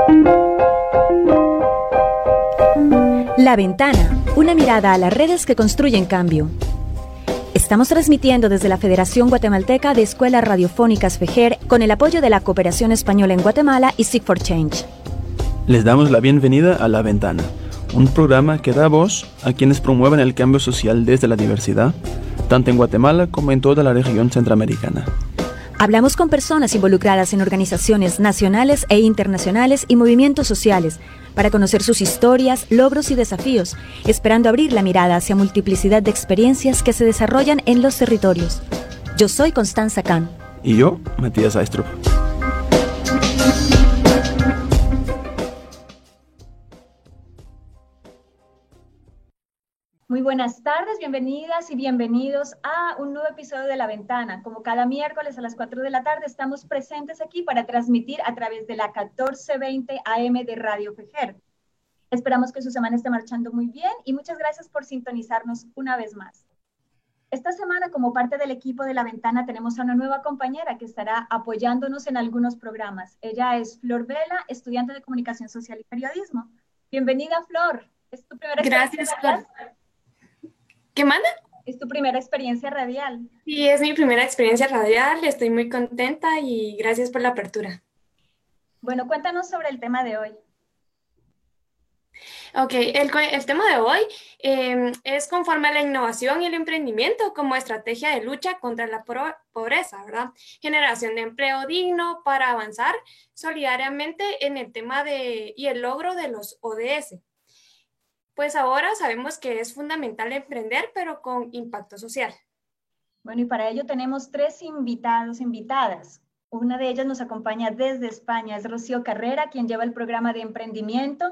La Ventana, una mirada a las redes que construyen cambio. Estamos transmitiendo desde la Federación Guatemalteca de Escuelas Radiofónicas FEGER con el apoyo de la Cooperación Española en Guatemala y Seek for Change. Les damos la bienvenida a La Ventana, un programa que da voz a quienes promueven el cambio social desde la diversidad, tanto en Guatemala como en toda la región centroamericana. Hablamos con personas involucradas en organizaciones nacionales e internacionales y movimientos sociales para conocer sus historias, logros y desafíos, esperando abrir la mirada hacia multiplicidad de experiencias que se desarrollan en los territorios. Yo soy Constanza Can. Y yo, Matías Aistrup. Muy buenas tardes, bienvenidas y bienvenidos a un nuevo episodio de La Ventana. Como cada miércoles a las 4 de la tarde estamos presentes aquí para transmitir a través de la 1420 AM de Radio FEGER. Esperamos que su semana esté marchando muy bien y muchas gracias por sintonizarnos una vez más. Esta semana, como parte del equipo de La Ventana, tenemos a una nueva compañera que estará apoyándonos en algunos programas. Ella es Flor Vela, estudiante de Comunicación Social y Periodismo. Bienvenida, Flor. ¿Es tu primera Gracias, Flor. ¿Qué manda? ¿Es tu primera experiencia radial? Sí, es mi primera experiencia radial, estoy muy contenta y gracias por la apertura. Bueno, cuéntanos sobre el tema de hoy. Ok, el tema de hoy es conforme a la innovación y el emprendimiento como estrategia de lucha contra la pobreza, ¿verdad? Generación de empleo digno para avanzar solidariamente en el tema y el logro de los ODS. Pues ahora sabemos que es fundamental emprender, pero con impacto social. Bueno, y para ello tenemos 3 invitados, invitadas. Una de ellas nos acompaña desde España, es Rocío Carrera, quien lleva el programa de emprendimiento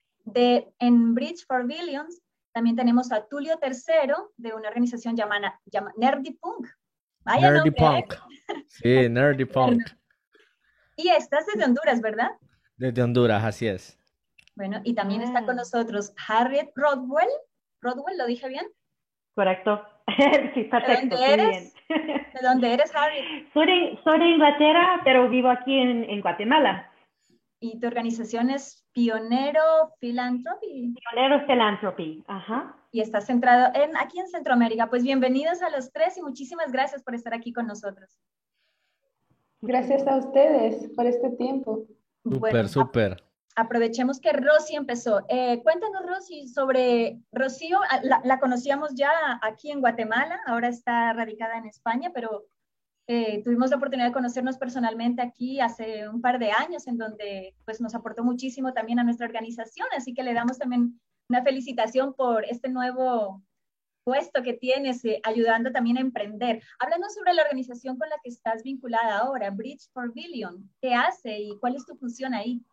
en Bridge for Billions. También tenemos a Tulio Tercero, de una organización llamada Nerdy Punk. Vaya Nerdy Punk. Sí, Nerdy Punk. Y estás desde Honduras, ¿verdad? Desde Honduras, así es. Bueno, y también está con nosotros Harriet Rodwell. ¿Rodwell, lo dije bien? Correcto. Sí, perfecto. ¿De dónde eres? ¿De dónde eres, Harriet? Soy de Inglaterra, pero vivo aquí en Guatemala. ¿Y tu organización es Pionero Philanthropy? Pionero Philanthropy, ajá. Y está centrado aquí en Centroamérica. Pues bienvenidos a los 3 y muchísimas gracias por estar aquí con nosotros. Gracias a ustedes por este tiempo. Súper. Aprovechemos que Rosy empezó. Cuéntanos, Rosy, sobre Rocío. La conocíamos ya aquí en Guatemala, ahora está radicada en España, pero tuvimos la oportunidad de conocernos personalmente aquí hace un par de años, en donde pues, nos aportó muchísimo también a nuestra organización, así que le damos también una felicitación por este nuevo puesto que tienes, ayudando también a emprender. Háblanos sobre la organización con la que estás vinculada ahora, Bridge for Billions. ¿Qué hace y cuál es tu función ahí?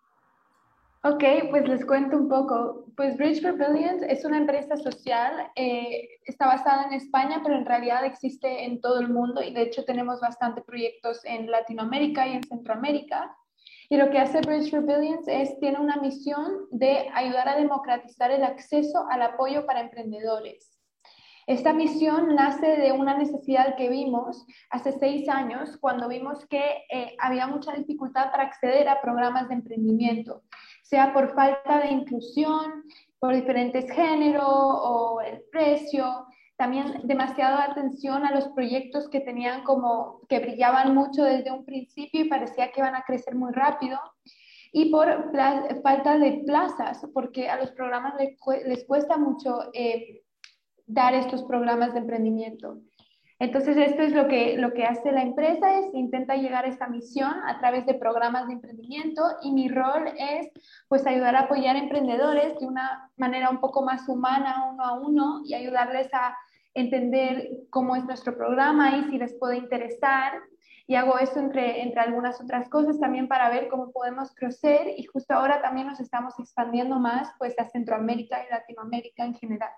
Ok, pues les cuento un poco. Pues Bridge for Billions es una empresa social, está basada en España, pero en realidad existe en todo el mundo y de hecho tenemos bastante proyectos en Latinoamérica y en Centroamérica. Y lo que hace Bridge for Billions tiene una misión de ayudar a democratizar el acceso al apoyo para emprendedores. Esta misión nace de una necesidad que vimos hace 6 años, cuando vimos que había mucha dificultad para acceder a programas de emprendimiento, sea por falta de inclusión, por diferentes géneros o el precio, también demasiada atención a los proyectos que tenían que brillaban mucho desde un principio y parecía que iban a crecer muy rápido, y por falta de plazas, porque a los programas les cuesta mucho dar estos programas de emprendimiento. Entonces, esto es lo que hace la empresa, intenta llegar a esta misión a través de programas de emprendimiento, y mi rol es pues ayudar a apoyar emprendedores de una manera un poco más humana, uno a uno, y ayudarles a entender cómo es nuestro programa y si les puede interesar. Y hago eso entre algunas otras cosas también para ver cómo podemos crecer, y justo ahora también nos estamos expandiendo más pues a Centroamérica y Latinoamérica en general.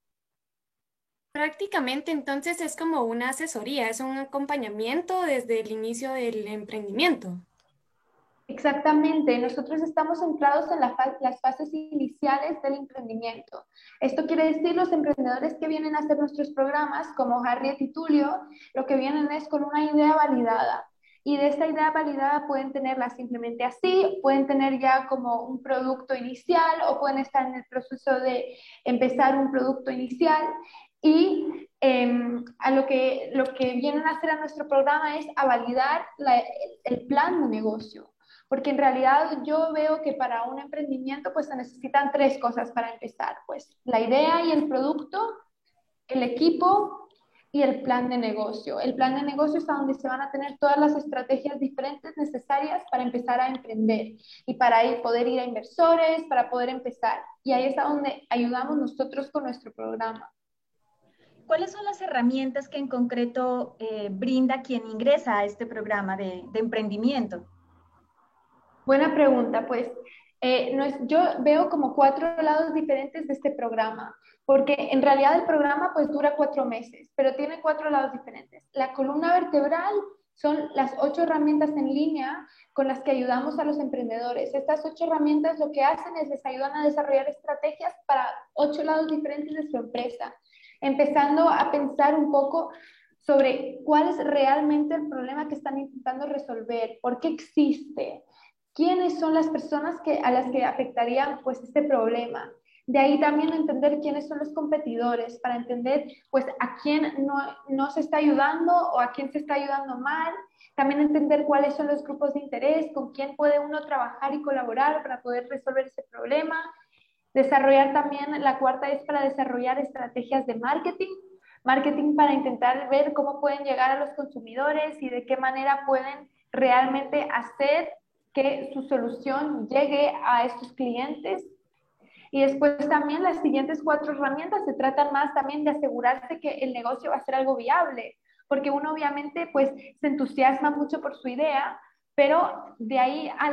Prácticamente entonces es como una asesoría, es un acompañamiento desde el inicio del emprendimiento. Exactamente, nosotros estamos centrados en las fases iniciales del emprendimiento. Esto quiere decir, los emprendedores que vienen a hacer nuestros programas, como Harriet y Tulio, lo que vienen es con una idea validada. Y de esta idea validada pueden tenerla simplemente así, pueden tener ya como un producto inicial o pueden estar en el proceso de empezar un producto inicial. Y lo que vienen a hacer a nuestro programa es a validar el plan de negocio. Porque en realidad yo veo que para un emprendimiento pues se necesitan tres cosas para empezar. Pues la idea y el producto, el equipo y el plan de negocio. El plan de negocio es a donde se van a tener todas las estrategias diferentes necesarias para empezar a emprender y para poder ir a inversores, para poder empezar. Y ahí es a donde ayudamos nosotros con nuestro programa. ¿Cuáles son las herramientas que en concreto brinda quien ingresa a este programa de emprendimiento? Buena pregunta, pues yo veo como 4 lados diferentes de este programa, porque en realidad el programa pues dura 4 meses, pero tiene 4 lados diferentes. La columna vertebral son las 8 herramientas en línea con las que ayudamos a los emprendedores. Estas 8 herramientas lo que hacen es les ayudan a desarrollar estrategias para 8 lados diferentes de su empresa, empezando a pensar un poco sobre cuál es realmente el problema que están intentando resolver, por qué existe, quiénes son las personas a las que afectaría pues este problema. De ahí también entender quiénes son los competidores, para entender pues a quién no se está ayudando o a quién se está ayudando mal. También entender cuáles son los grupos de interés, con quién puede uno trabajar y colaborar para poder resolver ese problema. Desarrollar también, la cuarta es para desarrollar estrategias de marketing para intentar ver cómo pueden llegar a los consumidores y de qué manera pueden realmente hacer que su solución llegue a estos clientes. Y después también las siguientes 4 herramientas se tratan más también de asegurarse que el negocio va a ser algo viable, porque uno obviamente pues se entusiasma mucho por su idea, pero de ahí a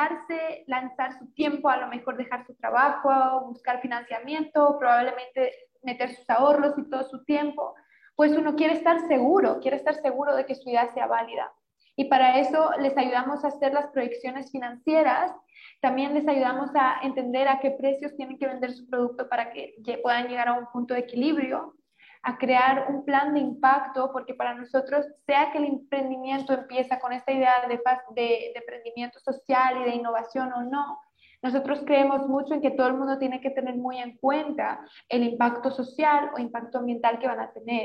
lanzar su tiempo, a lo mejor dejar su trabajo, buscar financiamiento, probablemente meter sus ahorros y todo su tiempo, pues uno quiere estar seguro de que su idea sea válida. Y para eso les ayudamos a hacer las proyecciones financieras, también les ayudamos a entender a qué precios tienen que vender su producto para que puedan llegar a un punto de equilibrio, a crear un plan de impacto, porque para nosotros, sea que el emprendimiento empieza con esta idea de emprendimiento social y de innovación o no, nosotros creemos mucho en que todo el mundo tiene que tener muy en cuenta el impacto social o impacto ambiental que van a tener.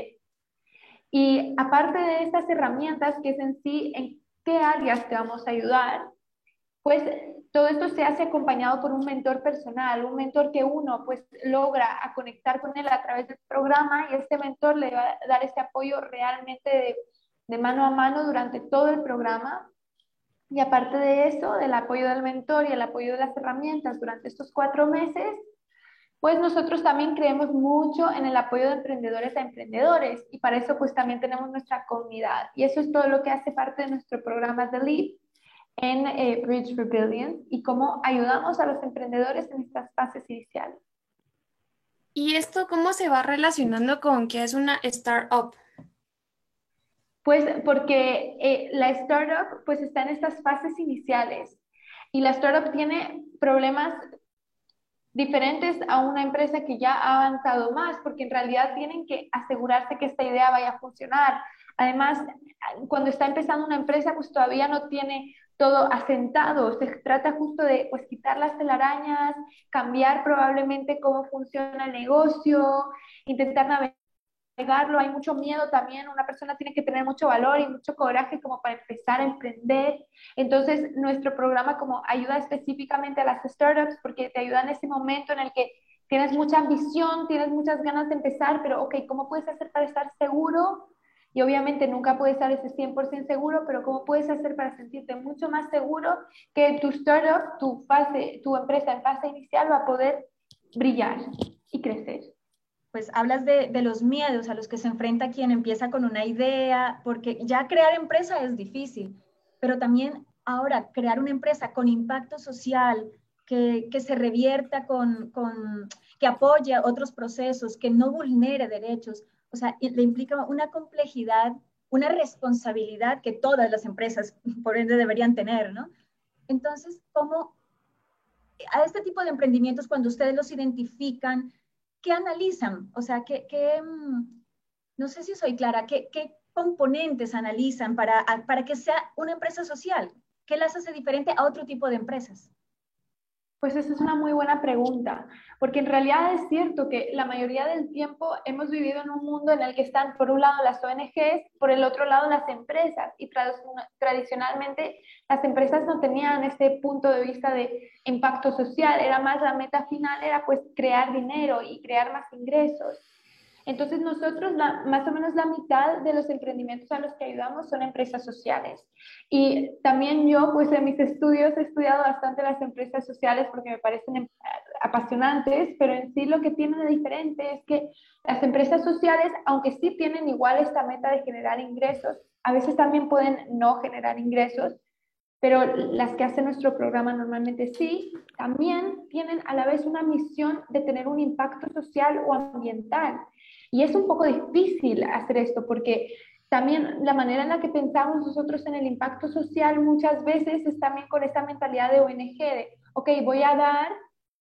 Y aparte de estas herramientas, que es en sí en qué áreas te vamos a ayudar, pues todo esto se hace acompañado por un mentor personal, un mentor que uno pues logra a conectar con él a través del programa, y este mentor le va a dar ese apoyo realmente de mano a mano durante todo el programa. Y aparte de eso, del apoyo del mentor y el apoyo de las herramientas durante estos 4 meses, pues nosotros también creemos mucho en el apoyo de emprendedores a emprendedores, y para eso pues también tenemos nuestra comunidad, y eso es todo lo que hace parte de nuestro programa de LEAP en Bridge for Billions, y cómo ayudamos a los emprendedores en estas fases iniciales. ¿Y esto cómo se va relacionando con qué es una startup? Pues porque la startup pues está en estas fases iniciales, y la startup tiene problemas diferentes a una empresa que ya ha avanzado más, porque en realidad tienen que asegurarse que esta idea vaya a funcionar. Además, cuando está empezando una empresa, pues todavía no tiene todo asentado. Se trata justo de pues quitar las telarañas, cambiar probablemente cómo funciona el negocio, intentar navegarlo. Hay mucho miedo también. Una persona tiene que tener mucho valor y mucho coraje como para empezar a emprender. Entonces, nuestro programa como ayuda específicamente a las startups, porque te ayuda en ese momento en el que tienes mucha ambición, tienes muchas ganas de empezar, pero ok, ¿cómo puedes hacer para estar seguro? Y obviamente nunca puedes estar ese 100% seguro, pero ¿cómo puedes hacer para sentirte mucho más seguro que tu startup, tu empresa en fase inicial va a poder brillar y crecer? Pues hablas de los miedos a los que se enfrenta quien empieza con una idea, porque ya crear empresa es difícil, pero también ahora crear una empresa con impacto social, que se revierta que apoye otros procesos, que no vulnere derechos, o sea, le implica una complejidad, una responsabilidad que todas las empresas, por ende, deberían tener, ¿no? Entonces, ¿cómo a este tipo de emprendimientos, cuando ustedes los identifican, qué analizan? O sea, no sé si soy clara, componentes analizan para que sea una empresa social? ¿Qué las hace diferente a otro tipo de empresas? Pues esa es una muy buena pregunta, porque en realidad es cierto que la mayoría del tiempo hemos vivido en un mundo en el que están por un lado las ONGs, por el otro lado las empresas, y tradicionalmente las empresas no tenían este punto de vista de impacto social, era más la meta final, era pues crear dinero y crear más ingresos. Entonces nosotros, más o menos la mitad de los emprendimientos a los que ayudamos son empresas sociales. Y también yo, pues en mis estudios he estudiado bastante las empresas sociales porque me parecen apasionantes, pero en sí lo que tienen de diferente es que las empresas sociales, aunque sí tienen igual esta meta de generar ingresos, a veces también pueden no generar ingresos, pero las que hace nuestro programa normalmente sí, también tienen a la vez una misión de tener un impacto social o ambiental. Y es un poco difícil hacer esto porque también la manera en la que pensamos nosotros en el impacto social muchas veces es también con esta mentalidad de ONG, de, ok, voy a dar,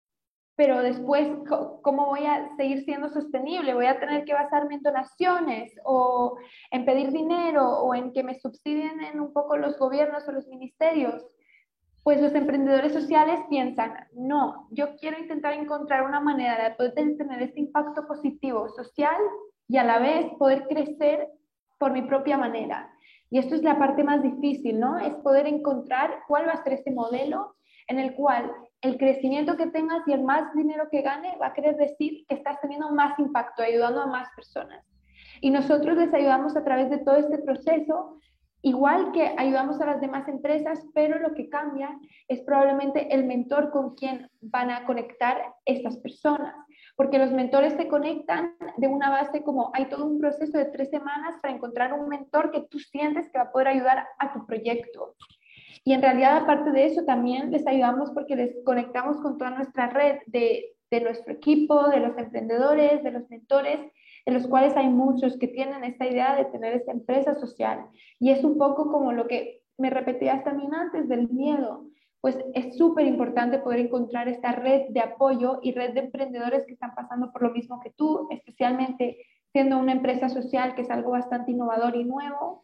pero después, ¿cómo voy a seguir siendo sostenible? Voy a tener que basarme en donaciones o en pedir dinero o en que me subsidien en un poco los gobiernos o los ministerios. Pues los emprendedores sociales piensan, no, yo quiero intentar encontrar una manera de poder tener este impacto positivo social y a la vez poder crecer por mi propia manera. Y esto es la parte más difícil, ¿no? Es poder encontrar cuál va a ser este modelo en el cual el crecimiento que tengas y el más dinero que gane va a querer decir que estás teniendo más impacto, ayudando a más personas. Y nosotros les ayudamos a través de todo este proceso, igual que ayudamos a las demás empresas, pero lo que cambia es probablemente el mentor con quien van a conectar estas personas. Porque los mentores se conectan de una base como hay todo un proceso de 3 semanas para encontrar un mentor que tú sientes que va a poder ayudar a tu proyecto. Y en realidad, aparte de eso, también les ayudamos porque les conectamos con toda nuestra red de nuestro equipo, de los emprendedores, de los mentores, de los cuales hay muchos que tienen esta idea de tener esta empresa social. Y es un poco como lo que me repetías también antes del miedo. Pues es súper importante poder encontrar esta red de apoyo y red de emprendedores que están pasando por lo mismo que tú, especialmente siendo una empresa social que es algo bastante innovador y nuevo.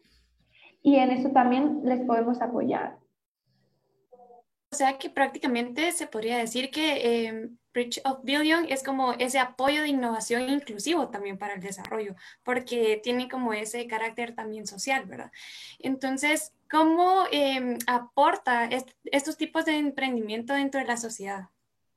Y en eso también les podemos apoyar. O sea que prácticamente se podría decir que Bridge of Billion es como ese apoyo de innovación inclusivo también para el desarrollo, porque tiene como ese carácter también social, ¿verdad? Entonces, ¿cómo aporta estos tipos de emprendimiento dentro de la sociedad?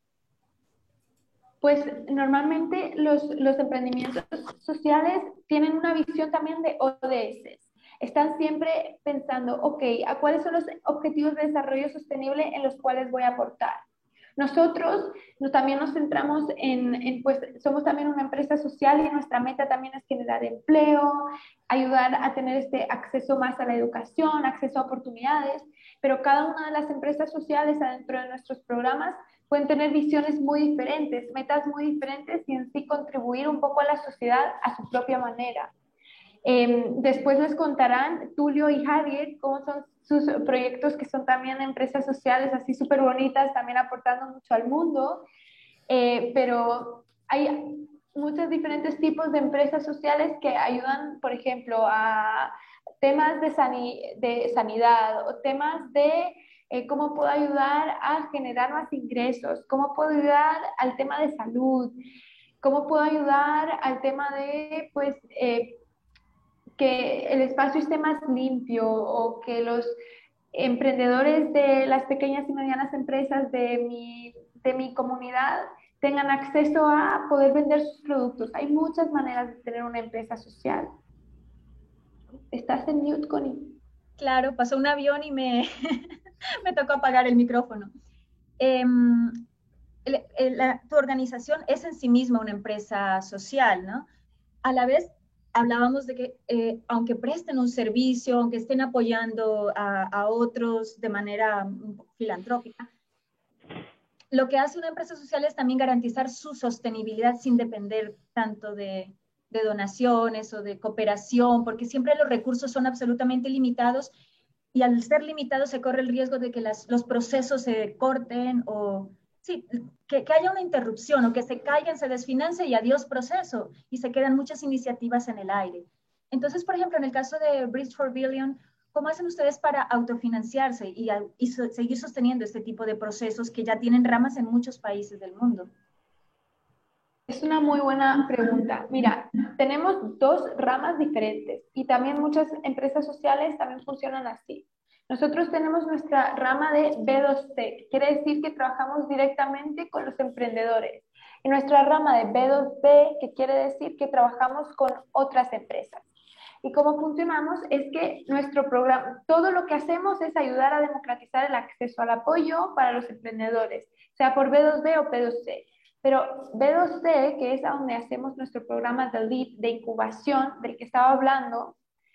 Pues normalmente los emprendimientos sociales tienen una visión también de ODS. Están siempre pensando, ok, ¿a cuáles son los objetivos de desarrollo sostenible en los cuales voy a aportar? Nosotros también nos centramos pues somos también una empresa social y nuestra meta también es generar empleo, ayudar a tener este acceso más a la educación, acceso a oportunidades, pero cada una de las empresas sociales adentro de nuestros programas pueden tener visiones muy diferentes, metas muy diferentes y en sí contribuir un poco a la sociedad a su propia manera. Después les contarán Tulio y Harriet cómo son sus proyectos que son también empresas sociales así súper bonitas, también aportando mucho al mundo, pero hay muchos diferentes tipos de empresas sociales que ayudan, por ejemplo, a temas de sanidad o temas de cómo puedo ayudar a generar más ingresos, cómo puedo ayudar al tema de salud, cómo puedo ayudar al tema de, pues, que el espacio esté más limpio o que los emprendedores de las pequeñas y medianas empresas de mi comunidad tengan acceso a poder vender sus productos. Hay muchas maneras de tener una empresa social. ¿Estás en mute, Connie? Claro, pasó un avión y me tocó apagar el micrófono. Tu organización es en sí misma una empresa social, ¿no? A la vez, hablábamos de que aunque presten un servicio, aunque estén apoyando a otros de manera filantrópica, lo que hace una empresa social es también garantizar su sostenibilidad sin depender tanto de donaciones o de cooperación, porque siempre los recursos son absolutamente limitados y al ser limitados se corre el riesgo de que los procesos se corten o sí, que haya una interrupción o que se caigan, se desfinance y adiós proceso y se quedan muchas iniciativas en el aire. Entonces, por ejemplo, en el caso de Bridge for Billion, ¿cómo hacen ustedes para autofinanciarse y seguir sosteniendo este tipo de procesos que ya tienen ramas en muchos países del mundo? Es una muy buena pregunta. Mira, tenemos dos ramas diferentes y también muchas empresas sociales también funcionan así. Nosotros tenemos nuestra rama de B2C, quiere decir que trabajamos directamente con los emprendedores. Y nuestra rama de B2B, que quiere decir que trabajamos con otras empresas. Y cómo funcionamos es que nuestro programa, todo lo que hacemos es ayudar a democratizar el acceso al apoyo para los emprendedores, sea por B2B o P2C. Pero B2C, que es a donde hacemos nuestro programa de LEAD, de incubación, del que estaba hablando,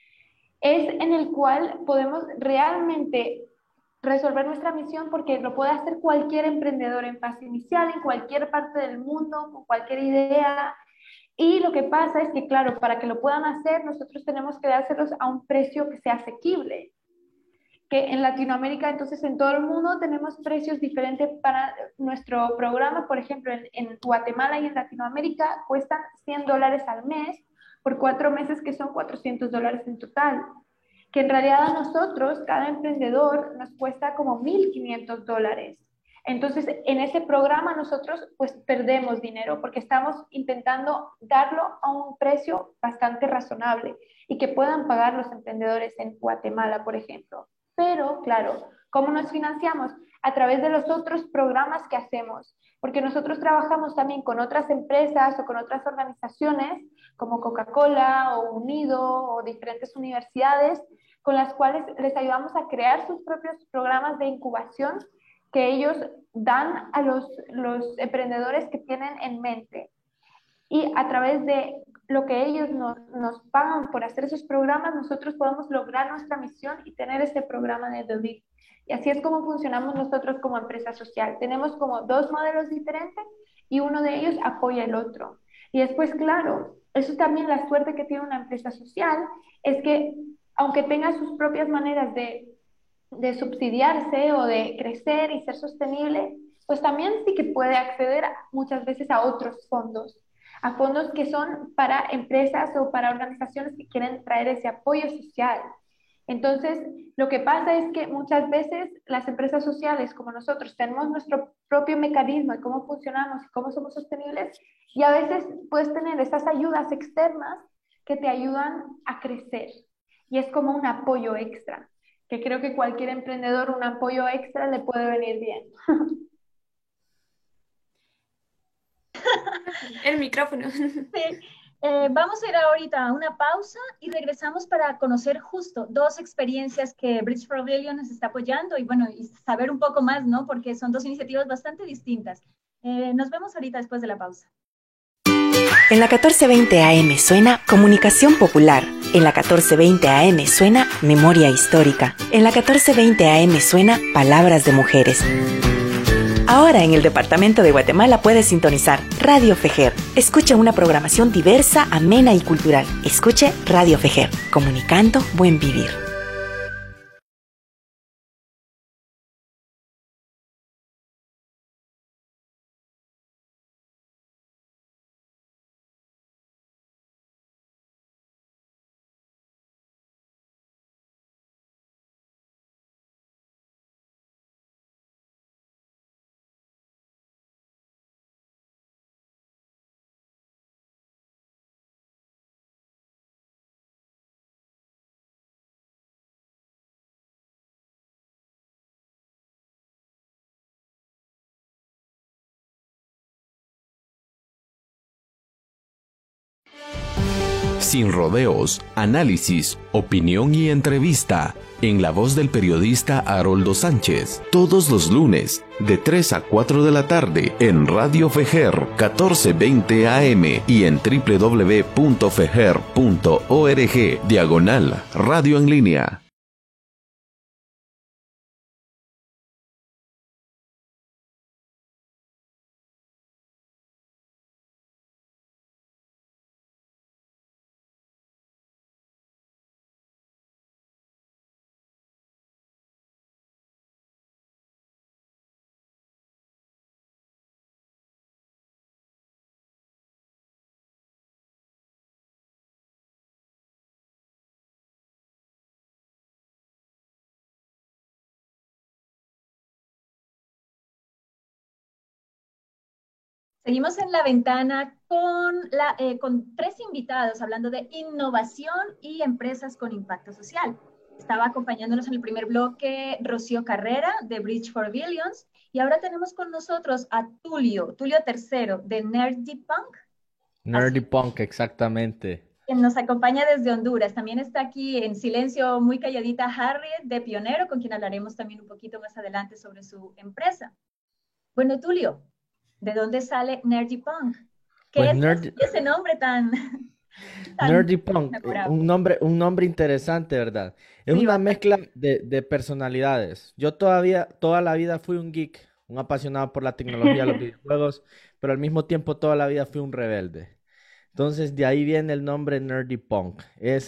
es en el cual podemos realmente resolver nuestra misión porque lo puede hacer cualquier emprendedor en fase inicial, en cualquier parte del mundo, con cualquier idea. Y lo que pasa es que, claro, para que lo puedan hacer, nosotros tenemos que dárselos a un precio que sea asequible. Que en Latinoamérica, entonces en todo el mundo tenemos precios diferentes para nuestro programa. Por ejemplo, en Guatemala y en Latinoamérica cuestan $100 al mes por 4 meses, que son $400 en total. Que en realidad a nosotros, cada emprendedor, nos cuesta como $1,500. Entonces, en ese programa nosotros pues perdemos dinero porque estamos intentando darlo a un precio bastante razonable y que puedan pagar los emprendedores en Guatemala, por ejemplo. Pero, claro, ¿cómo nos financiamos? A través de los otros programas que hacemos, porque nosotros trabajamos también con otras empresas o con otras organizaciones como Coca-Cola o Unido o diferentes universidades con las cuales les ayudamos a crear sus propios programas de incubación que ellos dan a los emprendedores que tienen en mente. Y a través de lo que ellos nos pagan por hacer esos programas, nosotros podemos lograr nuestra misión y tener este programa de The Lead. Y así es como funcionamos nosotros como empresa social. Tenemos como dos modelos diferentes y uno de ellos apoya el otro. Y después, claro, eso también la suerte que tiene una empresa social es que aunque tenga sus propias maneras de subsidiarse o de crecer y ser sostenible, pues también sí que puede acceder muchas veces a fondos que son para empresas o para organizaciones que quieren traer ese apoyo social. Entonces, lo que pasa es que muchas veces las empresas sociales como nosotros tenemos nuestro propio mecanismo de cómo funcionamos y cómo somos sostenibles y a veces puedes tener esas ayudas externas que te ayudan a crecer y es como un apoyo extra, que creo que cualquier emprendedor un apoyo extra le puede venir bien. El micrófono. Sí. Vamos a ir ahorita a una pausa y regresamos para conocer justo dos experiencias que Bridge for Billion nos está apoyando y bueno, y saber un poco más, ¿no? Porque son dos iniciativas bastante distintas. Nos vemos ahorita después de la pausa. En la 1420 AM suena Comunicación Popular. En la 1420 AM suena Memoria Histórica. En la 1420 AM suena Palabras de Mujeres. Ahora en el departamento de Guatemala puedes sintonizar Radio Fejer. Escucha una programación diversa, amena y cultural. Escuche Radio Fejer, comunicando buen vivir. Sin rodeos, análisis, opinión y entrevista. En la voz del periodista Haroldo Sánchez. Todos los lunes, de 3 a 4 de la tarde, en Radio Fejer, 1420 AM y en www.fejer.org/radio en línea. Seguimos en la ventana con tres invitados hablando de innovación y empresas con impacto social. Estaba acompañándonos en el primer bloque Rocío Carrera de Bridge for Billions y ahora tenemos con nosotros a Tulio Tercero de Nerdy Punk. Nerdy Punk, exactamente. Quien nos acompaña desde Honduras. También está aquí en silencio, muy calladita, Harriet de Pionero, con quien hablaremos también un poquito más adelante sobre su empresa. Bueno, Tulio, ¿de dónde sale Nerdy Punk? ¿Qué Pues es ese nombre tan Nerdy Punk, memorable? un nombre interesante, ¿verdad? Es Sí, una mezcla de personalidades. Yo toda la vida fui un geek, un apasionado por la tecnología, los videojuegos, pero al mismo tiempo toda la vida fui un rebelde. Entonces, de ahí viene el nombre Nerdy Punk.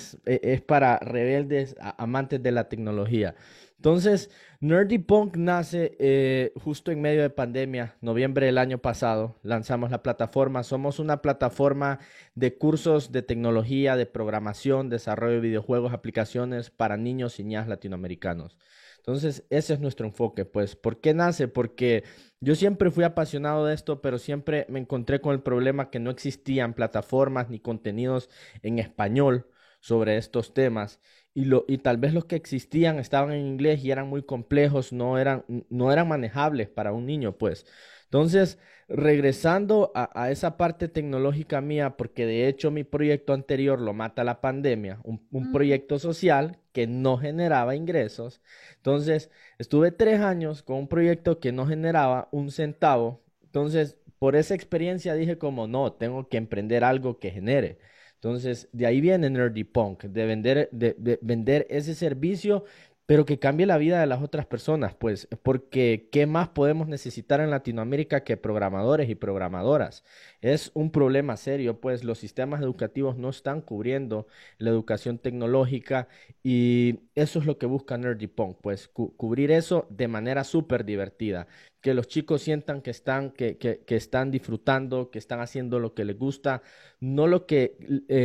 Es para rebeldes, amantes de la tecnología. Entonces, Nerdy Punk nace justo en medio de pandemia, noviembre del año pasado. Lanzamos la plataforma. Somos una plataforma de cursos de tecnología, de programación, desarrollo de videojuegos, aplicaciones para niños y niñas latinoamericanos. Entonces, ese es nuestro enfoque, pues. ¿Por qué nace? Porque yo siempre fui apasionado de esto, pero siempre me encontré con el problema que no existían plataformas ni contenidos en español sobre estos temas. Y tal vez los que existían estaban en inglés y eran muy complejos, no eran manejables para un niño, pues. Entonces, regresando a esa parte tecnológica mía, porque de hecho mi proyecto anterior lo mata la pandemia, un proyecto social que no generaba ingresos. Entonces, estuve 3 años con un proyecto que no generaba un centavo. Entonces, por esa experiencia dije como, no, tengo que emprender algo que genere. Entonces, de ahí viene Nerdy Punk, de vender ese servicio, pero que cambie la vida de las otras personas, pues, porque ¿qué más podemos necesitar en Latinoamérica que programadores y programadoras? Es un problema serio, pues los sistemas educativos no están cubriendo la educación tecnológica y eso es lo que busca Nerdy Punk, pues, cubrir eso de manera súper divertida. Que los chicos sientan que están disfrutando, que están haciendo lo que les gusta, no lo que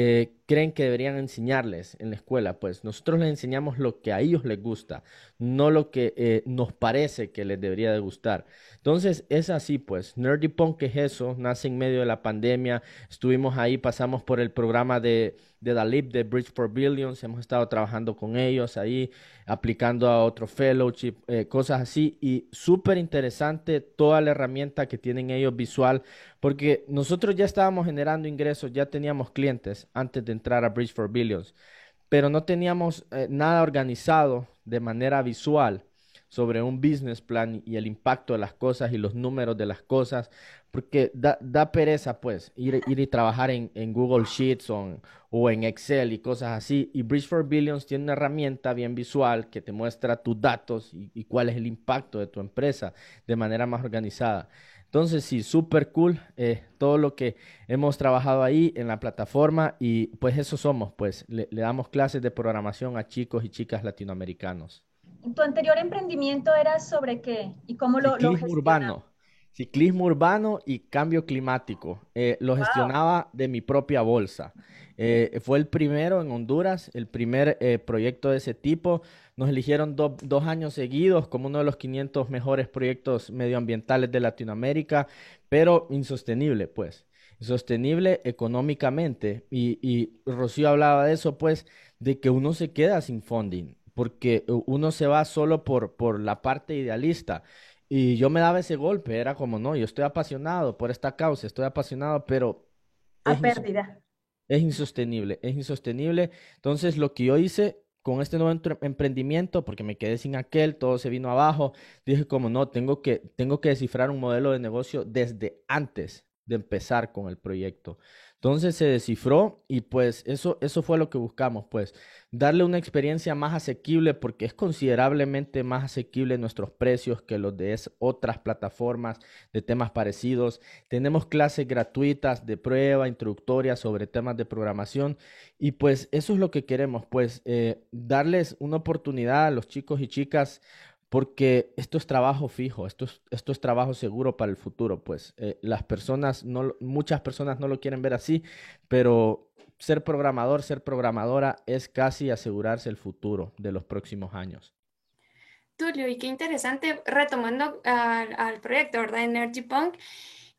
creen que deberían enseñarles en la escuela, pues nosotros les enseñamos lo que a ellos les gusta, no lo que nos parece que les debería de gustar. Entonces es así, pues Nerdy Punk es eso, nace en medio de la pandemia, estuvimos ahí, pasamos por el programa de DALIP, de Bridge for Billions, hemos estado trabajando con ellos ahí, aplicando a otro fellowship, cosas así, y súper interesante toda la herramienta que tienen ellos visual, porque nosotros ya estábamos generando ingresos, ya teníamos clientes antes de entrar a Bridge for Billions, pero no teníamos nada organizado de manera visual sobre un business plan y el impacto de las cosas y los números de las cosas, porque da pereza pues ir y trabajar en Google Sheets o en Excel y cosas así. Y Bridge for Billions tiene una herramienta bien visual que te muestra tus datos y cuál es el impacto de tu empresa de manera más organizada. Entonces, sí, súper cool todo lo que hemos trabajado ahí en la plataforma y pues eso somos, pues le damos clases de programación a chicos y chicas latinoamericanos. ¿Tu anterior emprendimiento era sobre qué y cómo lo Ciclismo gestionabas? urbano, ciclismo urbano y cambio climático. Lo Wow. gestionaba de mi propia bolsa. Fue el primero en Honduras, el primer proyecto de ese tipo. Nos eligieron 2 años seguidos como uno de los 500 mejores proyectos medioambientales de Latinoamérica, pero insostenible, pues. Insostenible económicamente. Y Rocío hablaba de eso, pues, de que uno se queda sin funding, porque uno se va solo por la parte idealista. Y yo me daba ese golpe, era como, no, yo estoy apasionado por esta causa, estoy apasionado, pero A es, inso- pérdida. es insostenible, es insostenible. Entonces, lo que yo hice con este nuevo emprendimiento, porque me quedé sin aquel, todo se vino abajo, dije como, no, tengo que descifrar un modelo de negocio desde antes de empezar con el proyecto. Entonces se descifró y pues eso fue lo que buscamos, pues darle una experiencia más asequible porque es considerablemente más asequible nuestros precios que los de otras plataformas de temas parecidos. Tenemos clases gratuitas de prueba, introductorias sobre temas de programación y pues eso es lo que queremos, pues darles una oportunidad a los chicos y chicas porque esto es trabajo fijo, esto es trabajo seguro para el futuro, pues las personas, muchas personas no lo quieren ver así, pero ser programador, ser programadora es casi asegurarse el futuro de los próximos años. Tulio, y qué interesante, retomando al proyecto, ¿verdad? Energy Punk,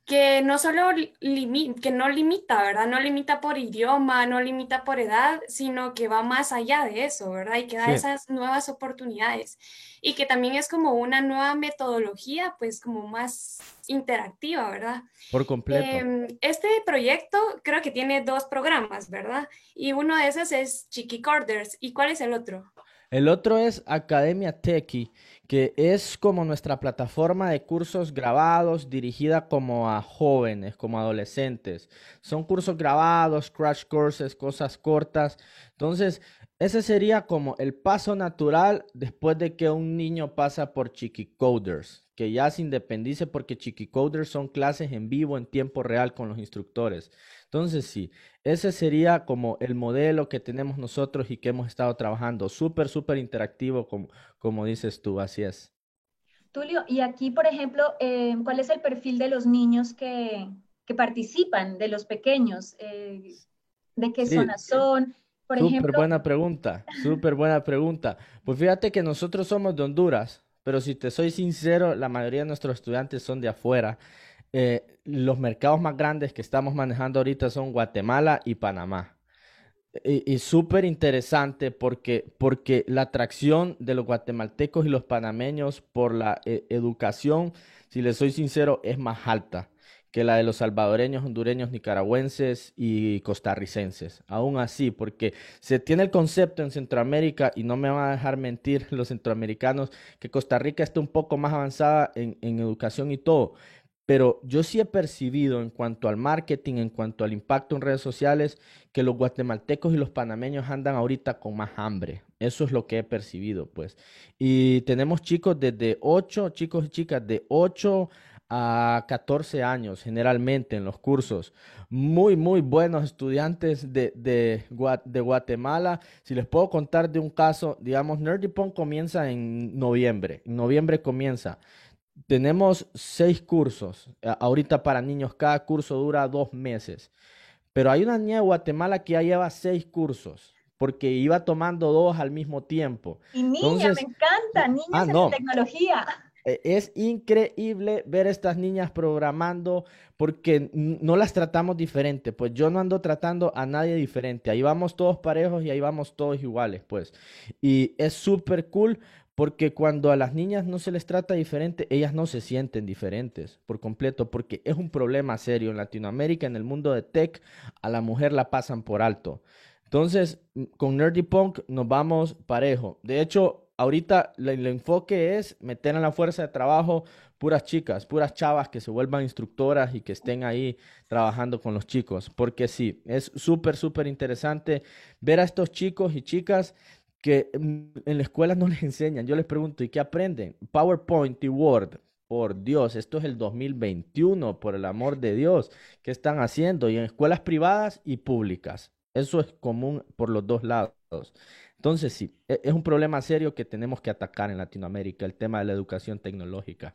que no solo que no limita, ¿verdad? No limita por idioma, no limita por edad, sino que va más allá de eso, ¿verdad? Y que da Sí, esas nuevas oportunidades. Y que también es como una nueva metodología, pues como más interactiva, ¿verdad? por completo. Este proyecto creo que tiene 2 programas, ¿verdad? Y uno de esos es Chiqui Corders. ¿Y cuál es el otro? El otro es Academia Techie, que es como nuestra plataforma de cursos grabados dirigida como a jóvenes, como a adolescentes. Son cursos grabados, crash courses, cosas cortas. Entonces, ese sería como el paso natural después de que un niño pasa por Chiqui Coders, que ya se independice porque Chiqui Coders son clases en vivo en tiempo real con los instructores. Entonces, sí. Ese sería como el modelo que tenemos nosotros y que hemos estado trabajando. Súper, súper interactivo, como dices tú, así es. Tulio, y aquí, por ejemplo, ¿cuál es el perfil de los niños que participan, de los pequeños? ¿De qué Sí, zona son? Por súper ejemplo, buena pregunta, súper buena pregunta. Pues fíjate que nosotros somos de Honduras, pero si te soy sincero, la mayoría de nuestros estudiantes son de afuera. Los mercados más grandes que estamos manejando ahorita son Guatemala y Panamá. Y súper interesante porque la atracción de los guatemaltecos y los panameños por la educación, si les soy sincero, es más alta que la de los salvadoreños, hondureños, nicaragüenses y costarricenses. Aún así, porque se tiene el concepto en Centroamérica, y no me van a dejar mentir los centroamericanos, que Costa Rica está un poco más avanzada en educación y todo. Pero yo sí he percibido en cuanto al marketing, en cuanto al impacto en redes sociales, que los guatemaltecos y los panameños andan ahorita con más hambre. Eso es lo que he percibido, pues. Y tenemos chicos desde 8, chicos y chicas de 8 a 14 años, generalmente en los cursos. Muy, muy buenos estudiantes de Guatemala. Si les puedo contar de un caso, digamos, Nerdy Pong comienza en noviembre. En noviembre comienza. Tenemos 6 cursos ahorita para niños. Cada curso dura 2 meses. Pero hay una niña de Guatemala que ya lleva 6 cursos porque iba tomando 2 al mismo tiempo. y niña, me Entonces, encanta, niñas en la no. tecnología. Es increíble ver a estas niñas programando porque no las tratamos diferente. Pues yo no ando tratando a nadie diferente. Ahí vamos todos parejos y ahí vamos todos iguales, pues. Y es súper cool porque cuando a las niñas no se les trata diferente, ellas no se sienten diferentes por completo, porque es un problema serio. En Latinoamérica, en el mundo de tech, a la mujer la pasan por alto. Entonces, con Nerdy Punk nos vamos parejo. De hecho, ahorita el enfoque es meter en la fuerza de trabajo puras chicas, puras chavas que se vuelvan instructoras y que estén ahí trabajando con los chicos. Porque sí, es súper, súper interesante ver a estos chicos y chicas que en la escuela no les enseñan. Yo les pregunto, ¿y qué aprenden? PowerPoint y Word. Por Dios, esto es el 2021, por el amor de Dios. ¿Qué están haciendo? Y en escuelas privadas y públicas. Eso es común por los dos lados. Entonces, sí, es un problema serio que tenemos que atacar en Latinoamérica, el tema de la educación tecnológica.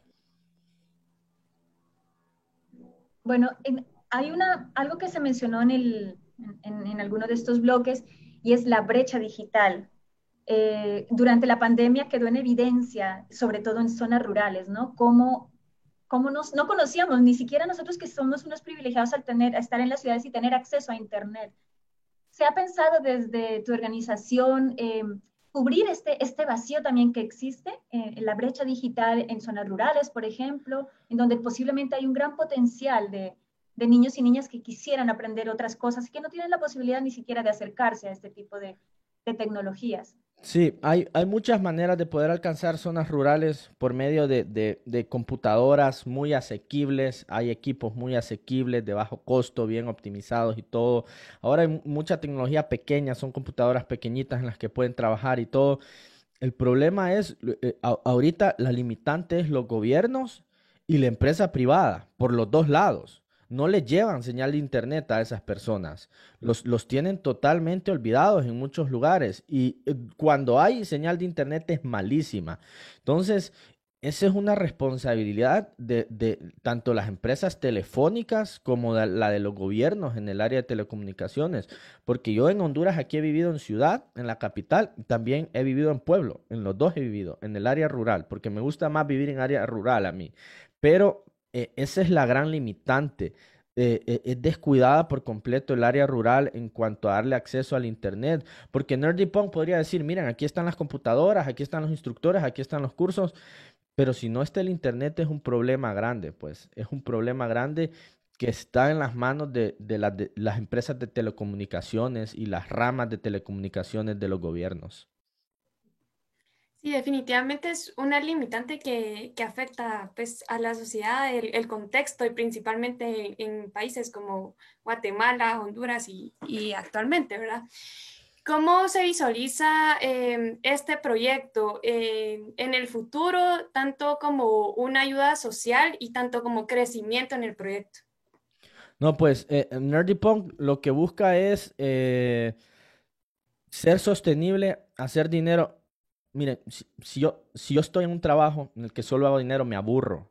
Bueno, hay algo que se mencionó en alguno de estos bloques y es la brecha digital. Durante la pandemia quedó en evidencia, sobre todo en zonas rurales, ¿no? Cómo no conocíamos, ni siquiera nosotros que somos unos privilegiados a estar en las ciudades y tener acceso a Internet. ¿Se ha pensado desde tu organización cubrir este vacío también que existe en la brecha digital en zonas rurales, por ejemplo, en donde posiblemente hay un gran potencial de niños y niñas que quisieran aprender otras cosas y que no tienen la posibilidad ni siquiera de acercarse a este tipo de tecnologías? Sí, hay muchas maneras de poder alcanzar zonas rurales por medio de computadoras muy asequibles. Hay equipos muy asequibles, de bajo costo, bien optimizados y todo. Ahora hay mucha tecnología pequeña, son computadoras pequeñitas en las que pueden trabajar y todo. El problema es, ahorita la limitante es los gobiernos y la empresa privada, por los dos lados. No les llevan señal de internet a esas personas. Los tienen totalmente olvidados en muchos lugares. Y cuando hay señal de internet es malísima. Entonces, esa es una responsabilidad de tanto las empresas telefónicas como la de los gobiernos en el área de telecomunicaciones. Porque yo en Honduras aquí he vivido en ciudad, en la capital, y también he vivido en pueblo. En los dos he vivido, en el área rural, porque me gusta más vivir en área rural a mí. Pero esa es la gran limitante. Es descuidada por completo el área rural en cuanto a darle acceso al internet, porque Nerdy Punk podría decir, miren, aquí están las computadoras, aquí están los instructores, aquí están los cursos, pero si no está el internet es un problema grande, pues es un problema grande que está en las manos de las empresas de telecomunicaciones y las ramas de telecomunicaciones de los gobiernos. Sí, definitivamente es una limitante que afecta pues, a la sociedad, el contexto y principalmente en países como Guatemala, Honduras y actualmente, ¿verdad? ¿Cómo se visualiza este proyecto en el futuro, tanto como una ayuda social y tanto como crecimiento en el proyecto? No, pues Nerdy Punk lo que busca es ser sostenible, hacer dinero. Miren, si yo estoy en un trabajo en el que solo hago dinero, me aburro.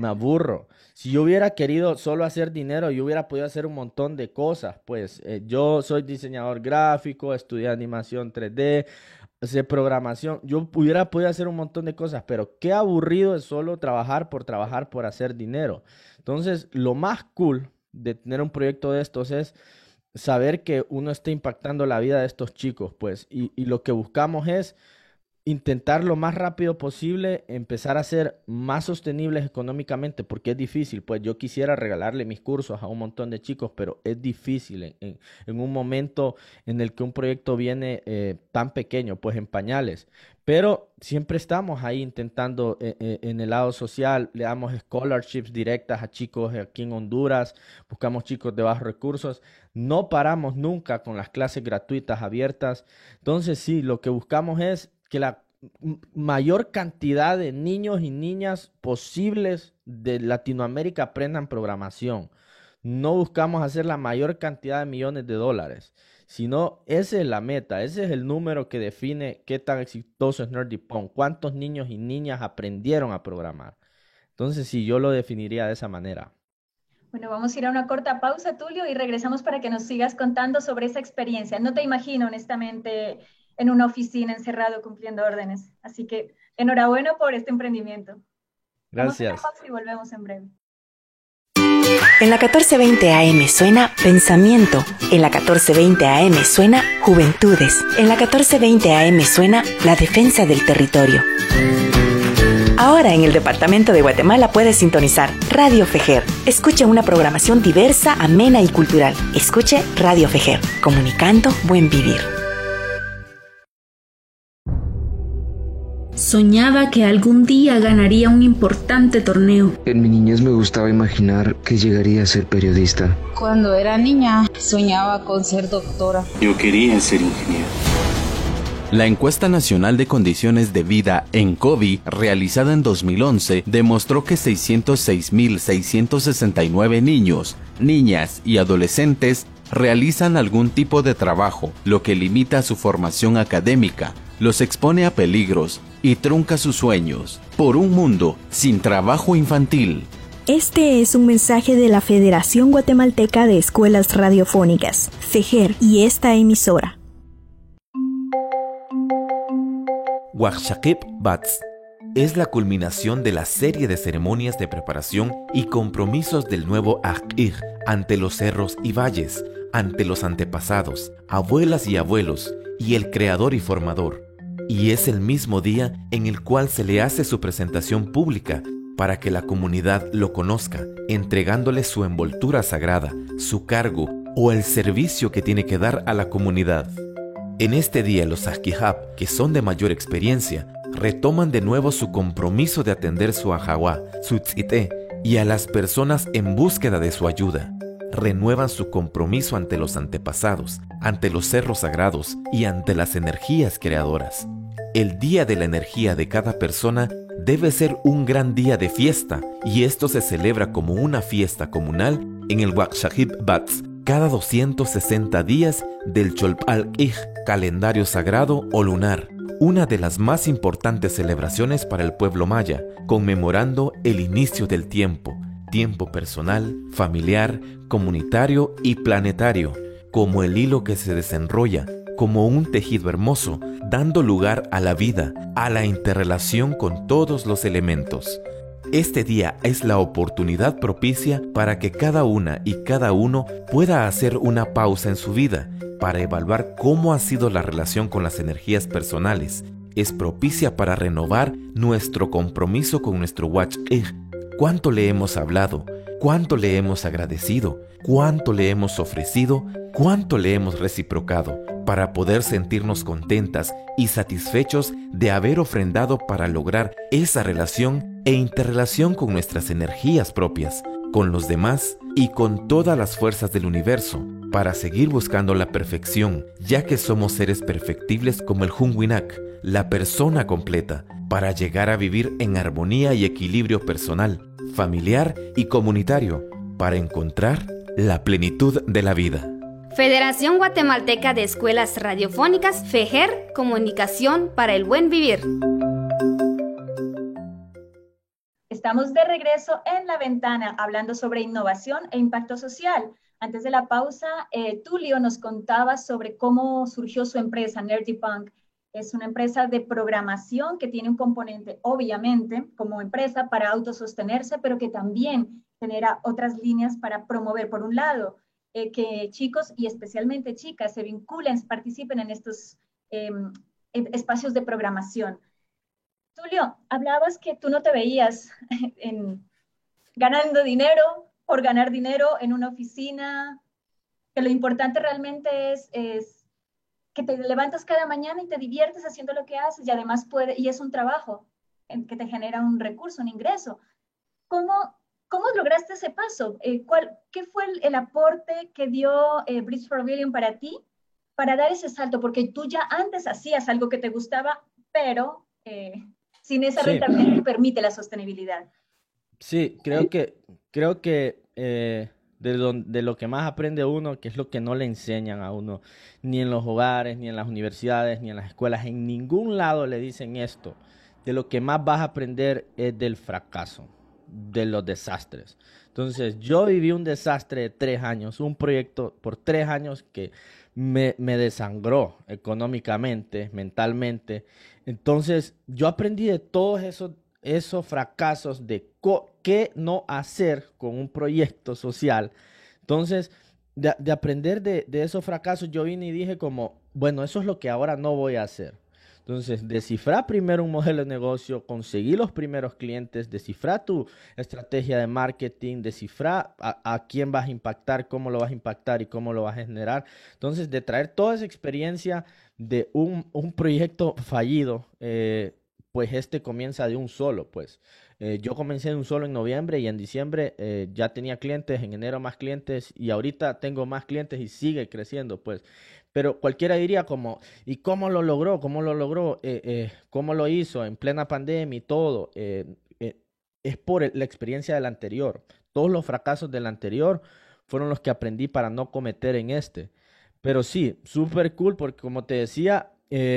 Si yo hubiera querido solo hacer dinero, yo hubiera podido hacer un montón de cosas. Pues yo soy diseñador gráfico, estudié animación 3D, sé programación. Yo hubiera podido hacer un montón de cosas, pero qué aburrido es solo trabajar por hacer dinero. Entonces, lo más cool de tener un proyecto de estos es saber que uno está impactando la vida de estos chicos, pues, y lo que buscamos es intentar lo más rápido posible empezar a ser más sostenibles económicamente, porque es difícil. Pues yo quisiera regalarle mis cursos a un montón de chicos, pero es difícil en un momento en el que un proyecto viene tan pequeño, pues en pañales. Pero siempre estamos ahí intentando en el lado social, le damos scholarships directas a chicos aquí en Honduras, buscamos chicos de bajos recursos, no paramos nunca con las clases gratuitas abiertas. Entonces sí, lo que buscamos es que la mayor cantidad de niños y niñas posibles de Latinoamérica aprendan programación. No buscamos hacer la mayor cantidad de millones de dólares, sino esa es la meta, ese es el número que define qué tan exitoso es Nerdy Punk, cuántos niños y niñas aprendieron a programar. Entonces sí, yo lo definiría de esa manera. Bueno, vamos a ir a una corta pausa, Tulio, y regresamos para que nos sigas contando sobre esa experiencia. No te imagino, honestamente, en una oficina encerrado cumpliendo órdenes. Así que enhorabuena por este emprendimiento. Gracias. Vamos a una pausa y volvemos en breve. En la 1420 AM suena Pensamiento. En la 1420 AM suena Juventudes. En la 1420 AM suena La Defensa del Territorio. Ahora en el departamento de Guatemala puedes sintonizar Radio Fejer. Escuche una programación diversa, amena y cultural. Escuche Radio Fejer, comunicando buen vivir. Soñaba que algún día ganaría un importante torneo. En mi niñez me gustaba imaginar que llegaría a ser periodista. Cuando era niña, soñaba con ser doctora. Yo quería ser ingeniero. La encuesta nacional de condiciones de vida en COVID, realizada en 2011, demostró que 606.669 niños, niñas y adolescentes realizan algún tipo de trabajo, lo que limita su formación académica, los expone a peligros y trunca sus sueños. Por un mundo sin trabajo infantil. Este es un mensaje de la Federación Guatemalteca de Escuelas Radiofónicas, FEJER, y esta emisora. Huaxaquip Bats es la culminación de la serie de ceremonias de preparación y compromisos del nuevo Aj'ij ante los cerros y valles, ante los antepasados, abuelas y abuelos, y el creador y formador. Y es el mismo día en el cual se le hace su presentación pública para que la comunidad lo conozca, entregándole su envoltura sagrada, su cargo o el servicio que tiene que dar a la comunidad. En este día los Ajquijab, que son de mayor experiencia, retoman de nuevo su compromiso de atender su ajahuá, su tzité, y a las personas en búsqueda de su ayuda. Renuevan su compromiso ante los antepasados, ante los cerros sagrados y ante las energías creadoras. El día de la energía de cada persona debe ser un gran día de fiesta, y esto se celebra como una fiesta comunal en el Huaxaquip Bats, cada 260 días del Cholpal-Ij, calendario sagrado o lunar, una de las más importantes celebraciones para el pueblo maya, conmemorando el inicio del tiempo personal, familiar, comunitario y planetario, como el hilo que se desenrolla, como un tejido hermoso, dando lugar a la vida, a la interrelación con todos los elementos. Este día es la oportunidad propicia para que cada una y cada uno pueda hacer una pausa en su vida para evaluar cómo ha sido la relación con las energías personales. Es propicia para renovar nuestro compromiso con nuestro Watch Ig. ¿Cuánto le hemos hablado? ¿Cuánto le hemos agradecido? ¿Cuánto le hemos ofrecido? ¿Cuánto le hemos reciprocado? Para poder sentirnos contentas y satisfechos de haber ofrendado para lograr esa relación e interrelación con nuestras energías propias, con los demás y con todas las fuerzas del universo, para seguir buscando la perfección, ya que somos seres perfectibles como el Hunwinak, la persona completa, para llegar a vivir en armonía y equilibrio personal, familiar y comunitario, para encontrar la plenitud de la vida. Federación Guatemalteca de Escuelas Radiofónicas, FEGER, Comunicación para el Buen Vivir. Estamos de regreso en La Ventana, hablando sobre innovación e impacto social. Antes de la pausa, Tulio nos contaba sobre cómo surgió su empresa, NerdyPunk. Es una empresa de programación que tiene un componente, obviamente, como empresa para autosostenerse, pero que también genera otras líneas para promover, por un lado, que chicos y especialmente chicas se vinculen, participen en estos espacios de programación. Tulio, hablabas que tú no te veías ganando dinero por ganar dinero en una oficina, que lo importante realmente es que te levantas cada mañana y te diviertes haciendo lo que haces y además y es un trabajo que te genera un recurso, un ingreso. ¿Cómo lograste ese paso? ¿Qué fue el aporte que dio Bridge for Billions para ti para dar ese salto? Porque tú ya antes hacías algo que te gustaba, pero sin esa rentabilidad que permite la sostenibilidad. Sí, creo que de lo que más aprende uno, que es lo que no le enseñan a uno, ni en los hogares, ni en las universidades, ni en las escuelas, en ningún lado le dicen esto. De lo que más vas a aprender es del fracaso, de los desastres. Entonces, yo viví un desastre de 3 años, un proyecto por 3 años que me desangró económicamente, mentalmente. Entonces, yo aprendí de todos esos fracasos, de qué no hacer con un proyecto social. Entonces, de aprender de esos fracasos, yo vine y dije como, bueno, eso es lo que ahora no voy a hacer. Entonces, descifrar primero un modelo de negocio, conseguir los primeros clientes, descifrar tu estrategia de marketing, descifrar a quién vas a impactar, cómo lo vas a impactar y cómo lo vas a generar. Entonces, de traer toda esa experiencia de un proyecto fallido, pues comienza de un solo, pues. Yo comencé de un solo en noviembre y en diciembre ya tenía clientes, en enero más clientes y ahorita tengo más clientes y sigue creciendo, pues. Pero cualquiera diría como, ¿y cómo lo logró? ¿Cómo lo logró? ¿Cómo lo hizo en plena pandemia y todo? Es por la experiencia del anterior. Todos los fracasos del anterior fueron los que aprendí para no cometer en este. Pero sí, súper cool porque como te decía,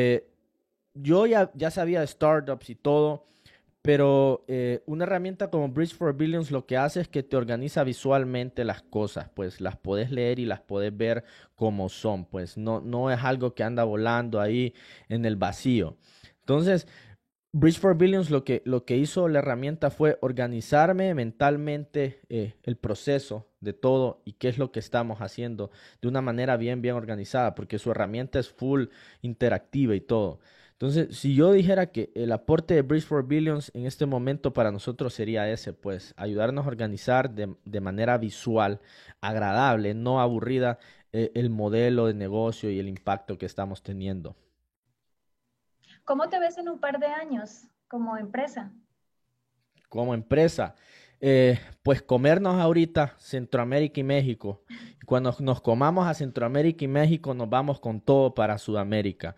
yo ya sabía de startups y todo, pero una herramienta como Bridge for Billions lo que hace es que te organiza visualmente las cosas, pues las podés leer y las podés ver como son, pues no es algo que anda volando ahí en el vacío. Entonces, Bridge for Billions lo que hizo la herramienta fue organizarme mentalmente el proceso de todo y qué es lo que estamos haciendo de una manera bien organizada, porque su herramienta es full interactiva y todo. Entonces, si yo dijera que el aporte de Bridge for Billions en este momento para nosotros sería ese, pues ayudarnos a organizar de manera visual, agradable, no aburrida, el modelo de negocio y el impacto que estamos teniendo. ¿Cómo te ves en un par de años como empresa? Como empresa, pues comernos ahorita Centroamérica y México. Cuando nos comamos a Centroamérica y México, nos vamos con todo para Sudamérica.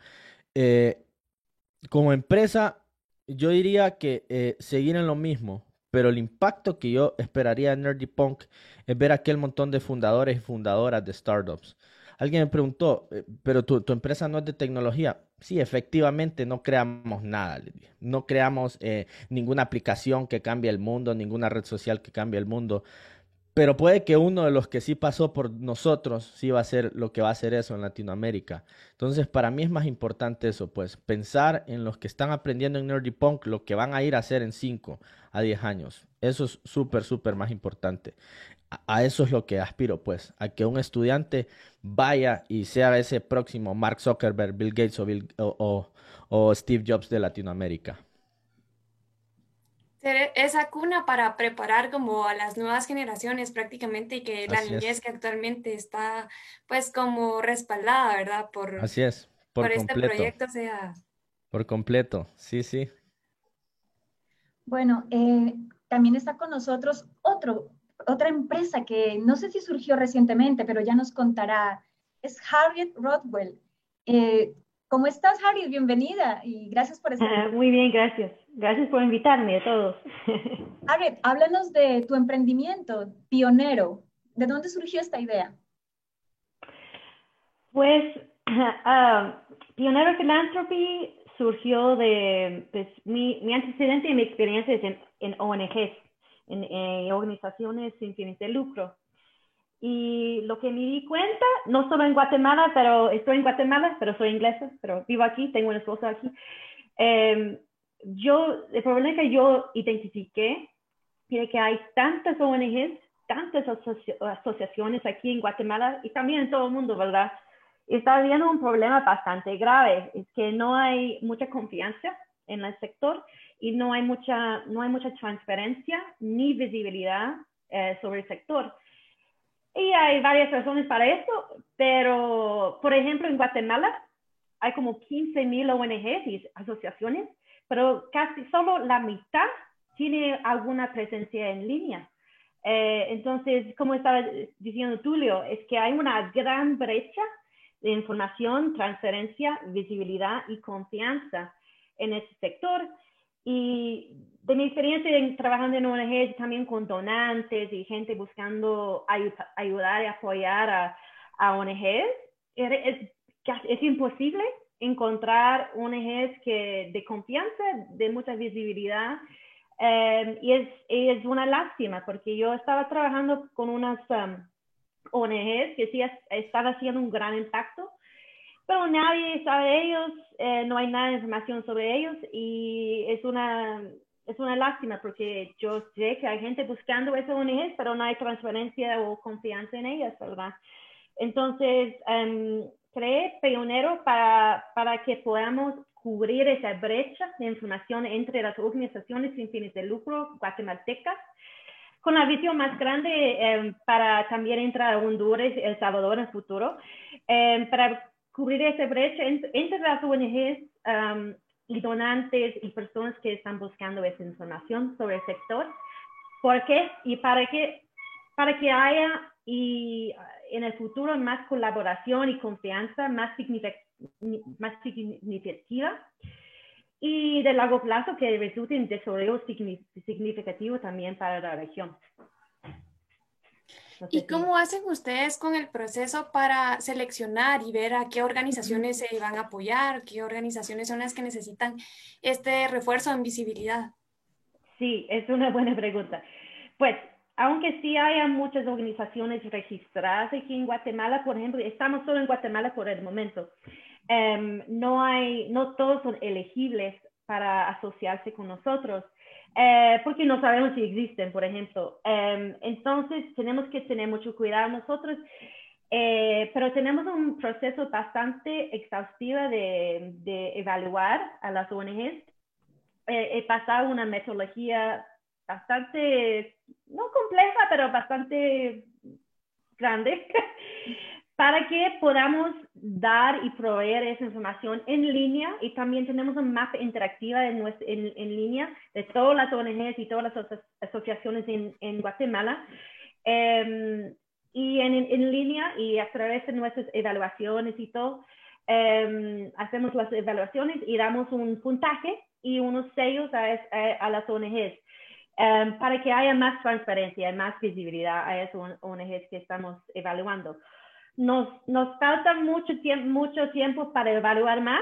Como empresa, yo diría que seguir en lo mismo, pero el impacto que yo esperaría en NerdyPunk es ver aquel montón de fundadores y fundadoras de startups. Alguien me preguntó, pero tu empresa no es de tecnología. Sí, efectivamente no creamos nada. No creamos ninguna aplicación que cambie el mundo, ninguna red social que cambie el mundo. Pero puede que uno de los que sí pasó por nosotros sí va a ser lo que va a hacer eso en Latinoamérica. Entonces, para mí es más importante eso, pues, pensar en los que están aprendiendo en Nerdy Punk, lo que van a ir a hacer en 5 a 10 años. Eso es súper, súper más importante. A eso es lo que aspiro, pues, a que un estudiante vaya y sea ese próximo Mark Zuckerberg, Bill Gates o Steve Jobs de Latinoamérica. Ser esa cuna para preparar como a las nuevas generaciones prácticamente, y que la Así niñez es. que actualmente está pues como respaldada, ¿verdad? Así es, por Por este completo, proyecto sea. por completo, sí, sí. Bueno, también está con nosotros otra empresa que no sé si surgió recientemente, pero ya nos contará. Es Harriet Rodwell. ¿Cómo estás, Harriet? Bienvenida y gracias por estar. Muy bien, gracias. Gracias por invitarme a todos. Harriet, háblanos de tu emprendimiento, Pionero. ¿De dónde surgió esta idea? Pues Pionero Philanthropy surgió de pues, mi antecedente y mi experiencia en ONGs, en organizaciones sin fines de lucro. Y lo que me di cuenta, no solo en Guatemala, pero estoy en Guatemala, pero soy inglesa, pero vivo aquí, tengo un esposo aquí. El problema que yo identifiqué es que hay tantas ONGs, tantas asociaciones aquí en Guatemala y también en todo el mundo, ¿verdad? Está habiendo un problema bastante grave, es que no hay mucha confianza en el sector y no hay mucha transparencia ni visibilidad sobre el sector. Y hay varias razones para esto, pero, por ejemplo, en Guatemala hay como 15,000 ONGs y asociaciones, pero casi solo la mitad tiene alguna presencia en línea. Entonces, como estaba diciendo Tulio, es que hay una gran brecha de información, transferencia, visibilidad y confianza en este sector. Y de mi experiencia trabajando en ONGs, también con donantes y gente buscando ayudar y apoyar a ONGs, es imposible encontrar ONGs de confianza, de mucha visibilidad. Y es una lástima, porque yo estaba trabajando con unas ONGs que sí están haciendo un gran impacto, pero nadie sabe de ellos, no hay nada de información sobre ellos, y es una lástima, porque yo sé que hay gente buscando esas ONGs, pero no hay transparencia o confianza en ellas, ¿verdad? Entonces, creé Pionero para que podamos cubrir esa brecha de información entre las organizaciones sin fines de lucro guatemaltecas, con la visión más grande para también entrar a Honduras, El Salvador en el futuro, para cubrir esa brecha entre las ONGs y donantes y personas que están buscando esa información sobre el sector. ¿Por qué? Y para que haya en el futuro más colaboración y confianza más significativa, y de largo plazo que resulte en desarrollo significativo también para la región. No sé. ¿Y cómo hacen ustedes con el proceso para seleccionar y ver a qué organizaciones se van a apoyar, qué organizaciones son las que necesitan este refuerzo en visibilidad? Sí, es una buena pregunta. Pues, aunque sí haya muchas organizaciones registradas aquí en Guatemala, por ejemplo, estamos solo en Guatemala por el momento, no todos son elegibles para asociarse con nosotros, porque no sabemos si existen, por ejemplo. Entonces, tenemos que tener mucho cuidado nosotros, pero tenemos un proceso bastante exhaustivo de evaluar a las ONGs. He pasado una metodología bastante, no compleja, pero bastante grande, para que podamos dar y proveer esa información en línea, y también tenemos un mapa interactiva en línea de todas las ONGs y todas las asociaciones en Guatemala, y en línea y a través de nuestras evaluaciones y todo, hacemos las evaluaciones y damos un puntaje y unos sellos a las ONGs, para que haya más transparencia y más visibilidad a esas ONGs que estamos evaluando. Nos falta mucho tiempo para evaluar más,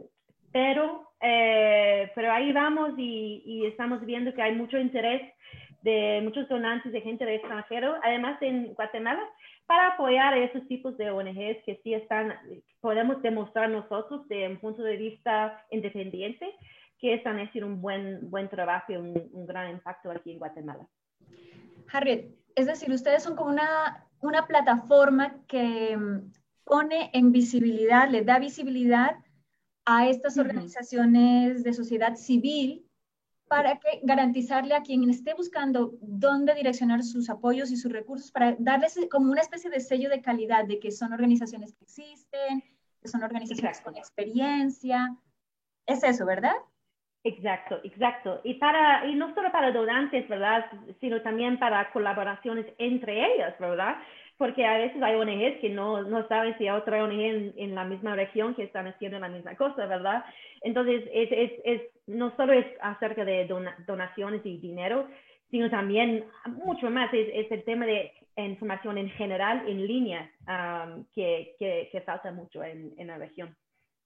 pero ahí vamos, y estamos viendo que hay mucho interés de muchos donantes, de gente del extranjero, además en Guatemala, para apoyar a esos tipos de ONGs que sí podemos demostrar nosotros de un punto de vista independiente que están haciendo un buen trabajo y un gran impacto aquí en Guatemala. Harriet, es decir, ustedes son como una plataforma que pone en visibilidad, le da visibilidad a estas organizaciones de sociedad civil para que garantizarle a quien esté buscando dónde direccionar sus apoyos y sus recursos, para darles como una especie de sello de calidad de que son organizaciones que existen, que son organizaciones con experiencia. Es eso, ¿verdad? Exacto. Y no solo para donantes, ¿verdad? Sino también para colaboraciones entre ellas, ¿verdad? Porque a veces hay ONGs que no saben si hay otra ONG en la misma región que están haciendo la misma cosa, ¿verdad? Entonces, no solo es acerca de donaciones y dinero, sino también mucho más, es el tema de información en general, en línea, que falta mucho en la región.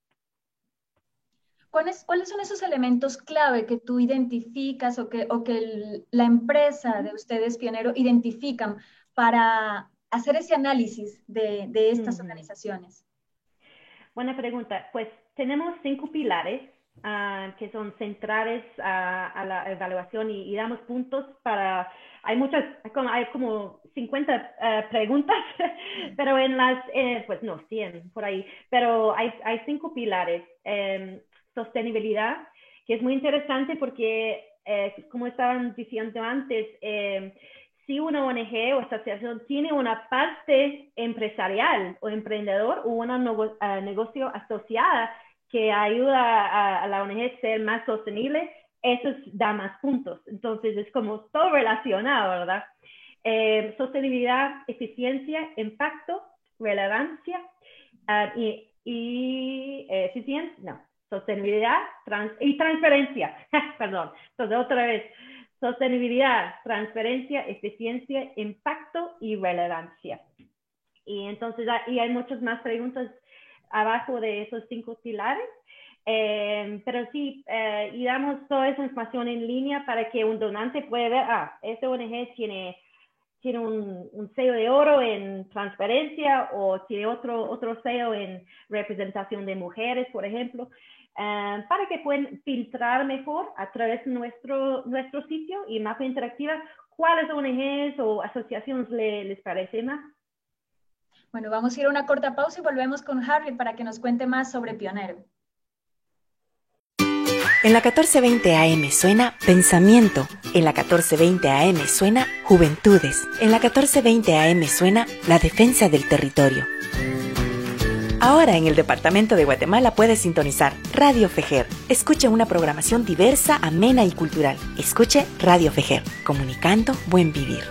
¿Cuáles son esos elementos clave que tú identificas o que la empresa de ustedes, Pionero, identifican para hacer ese análisis de estas organizaciones? Buena pregunta. Pues tenemos 5 pilares que son centrales a la evaluación y damos puntos para... Hay como 50 preguntas, pero pues no, 100 por ahí. Pero hay 5 pilares. Sostenibilidad, que es muy interesante porque, como estaban diciendo antes, si una ONG o asociación tiene una parte empresarial o emprendedor o una negocio asociada que ayuda a la ONG a ser más sostenible, eso da más puntos. Entonces es como todo relacionado, ¿verdad? Sostenibilidad, eficiencia, impacto, relevancia sostenibilidad y transferencia. Perdón. Entonces, otra vez, sostenibilidad, transferencia, eficiencia, impacto y relevancia. Y entonces, hay muchas más preguntas abajo de esos 5 pilares. Pero sí, y damos toda esa información en línea para que un donante pueda ver, esta ONG tiene un sello de oro en transparencia o tiene otro sello en representación de mujeres, por ejemplo, para que puedan filtrar mejor a través de nuestro sitio y mapa interactiva cuáles ONGs o asociaciones les parece más. Bueno, vamos a ir a una corta pausa y volvemos con Harriet para que nos cuente más sobre Pionero. En la 1420 AM suena Pensamiento. En la 1420 AM suena Juventudes. En la 1420 AM suena La Defensa del Territorio. Ahora en el departamento de Guatemala puedes sintonizar Radio Fejer. Escuche una programación diversa, amena y cultural. Escuche Radio Fejer, comunicando buen vivir.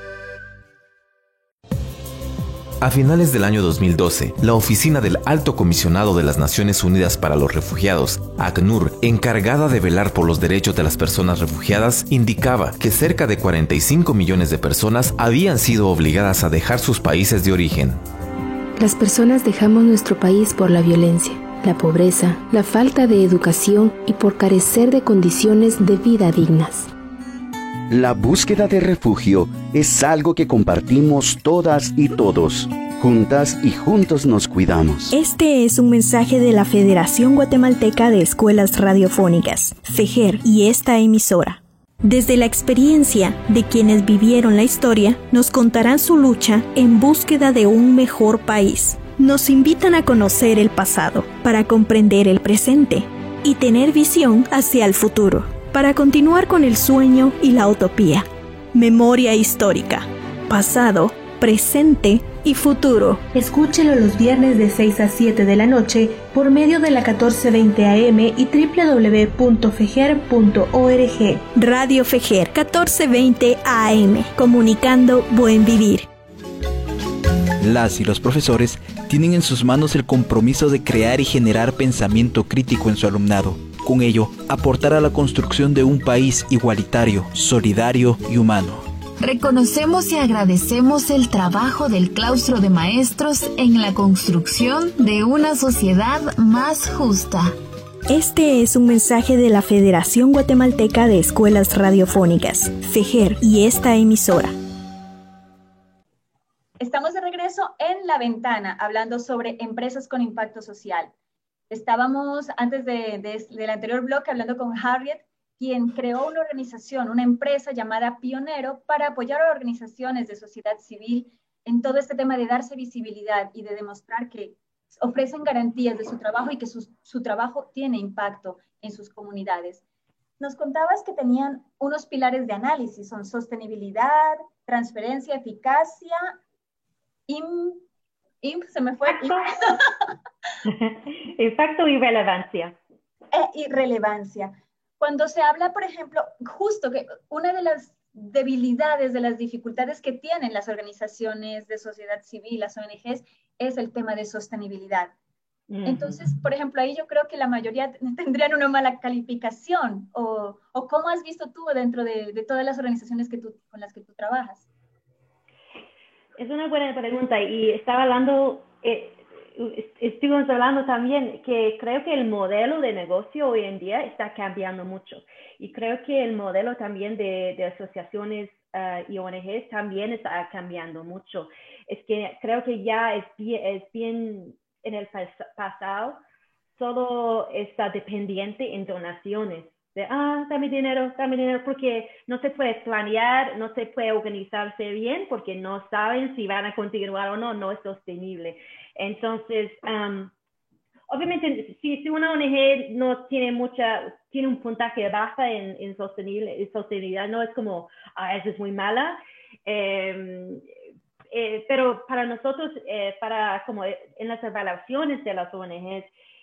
A finales del año 2012, la Oficina del Alto Comisionado de las Naciones Unidas para los Refugiados, ACNUR, encargada de velar por los derechos de las personas refugiadas, indicaba que cerca de 45 millones de personas habían sido obligadas a dejar sus países de origen. Las personas dejamos nuestro país por la violencia, la pobreza, la falta de educación y por carecer de condiciones de vida dignas. La búsqueda de refugio es algo que compartimos todas y todos. Juntas y juntos nos cuidamos. Este es un mensaje de la Federación Guatemalteca de Escuelas Radiofónicas, FEJER, y esta emisora. Desde la experiencia de quienes vivieron la historia, nos contarán su lucha en búsqueda de un mejor país. Nos invitan a conocer el pasado para comprender el presente y tener visión hacia el futuro, para continuar con el sueño y la utopía. Memoria histórica, pasado, presente y futuro. Escúchelo los viernes de 6 a 7 de la noche por medio de la 1420 AM y www.fejer.org. Radio Fejer 1420 AM, comunicando buen vivir. Las y los profesores tienen en sus manos el compromiso de crear y generar pensamiento crítico en su alumnado. Con ello, aportar a la construcción de un país igualitario, solidario y humano. Reconocemos y agradecemos el trabajo del claustro de maestros en la construcción de una sociedad más justa. Este es un mensaje de la Federación Guatemalteca de Escuelas Radiofónicas, FEGER, y esta emisora. Estamos de regreso en La Ventana, hablando sobre empresas con impacto social. Estábamos antes del anterior bloque hablando con Harriet, quien creó una organización, una empresa llamada Pionero, para apoyar a organizaciones de sociedad civil en todo este tema de darse visibilidad y de demostrar que ofrecen garantías de su trabajo y que su trabajo tiene impacto en sus comunidades. Nos contabas que tenían unos pilares de análisis, son sostenibilidad, transferencia, eficacia, se me fue. Impacto y relevancia. Y relevancia. Cuando se habla, por ejemplo, justo que una de las debilidades, de las dificultades que tienen las organizaciones de sociedad civil, las ONGs, es el tema de sostenibilidad. Entonces, por ejemplo, ahí yo creo que la mayoría tendrían una mala calificación. ¿O cómo has visto tú dentro de todas las organizaciones con las que tú trabajas? Es una buena pregunta y estaba hablando, estuvimos hablando también que creo que el modelo de negocio hoy en día está cambiando mucho y creo que el modelo también de asociaciones y ONGs también está cambiando mucho. Es que creo que ya es bien en el pasado, solo está dependiente en donaciones. Dame dinero, porque no se puede planear, no se puede organizarse bien, porque no saben si van a continuar o no, no es sostenible. Entonces, obviamente, si una ONG no tiene tiene un puntaje bajo en sostenibilidad, no es como, eso es muy mala, pero para nosotros, como en las evaluaciones de las ONGs,